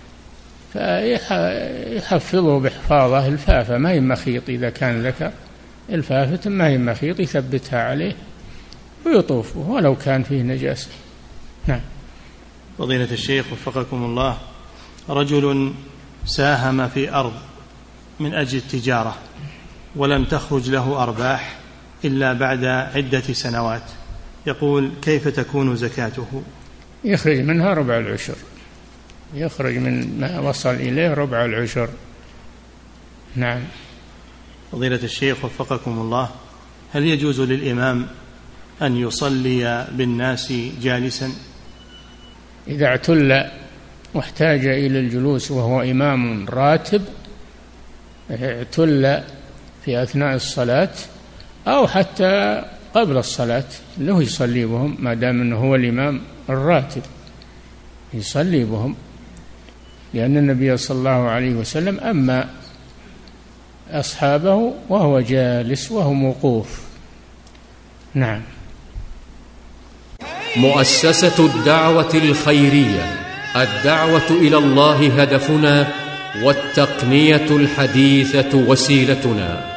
فيحفظه بحفاظة الفافة، ما هي مخيط، إذا كان ذكر الفافة ما هي مخيط، يثبتها عليه ويطوفه ولو كان فيه نجاسة. نعم. فضيلة الشيخ وفقكم الله، رجل ساهم في أرض من أجل التجارة ولم تخرج له أرباح إلا بعد عدة سنوات، يقول: كيف تكون زكاته؟ يخرج منها ربع العشر، يخرج من ما وصل إليه ربع العشر. نعم. فضيلة الشيخ وفقكم الله، هل يجوز للإمام أن يصلي بالناس جالسا؟ إذا اعتل واحتاج إلى الجلوس وهو إمام راتب، اعتل في أثناء الصلاة أو حتى قبل الصلاة له يصلي بهم، ما دام أنه هو الإمام الراتب يصلي بهم، لأن النبي صلى الله عليه وسلم أما أصحابه وهو جالس وهو موقوف. نعم. مؤسسة الدعوة الخيرية، الدعوة إلى الله هدفنا، والتقنية الحديثة وسيلتنا.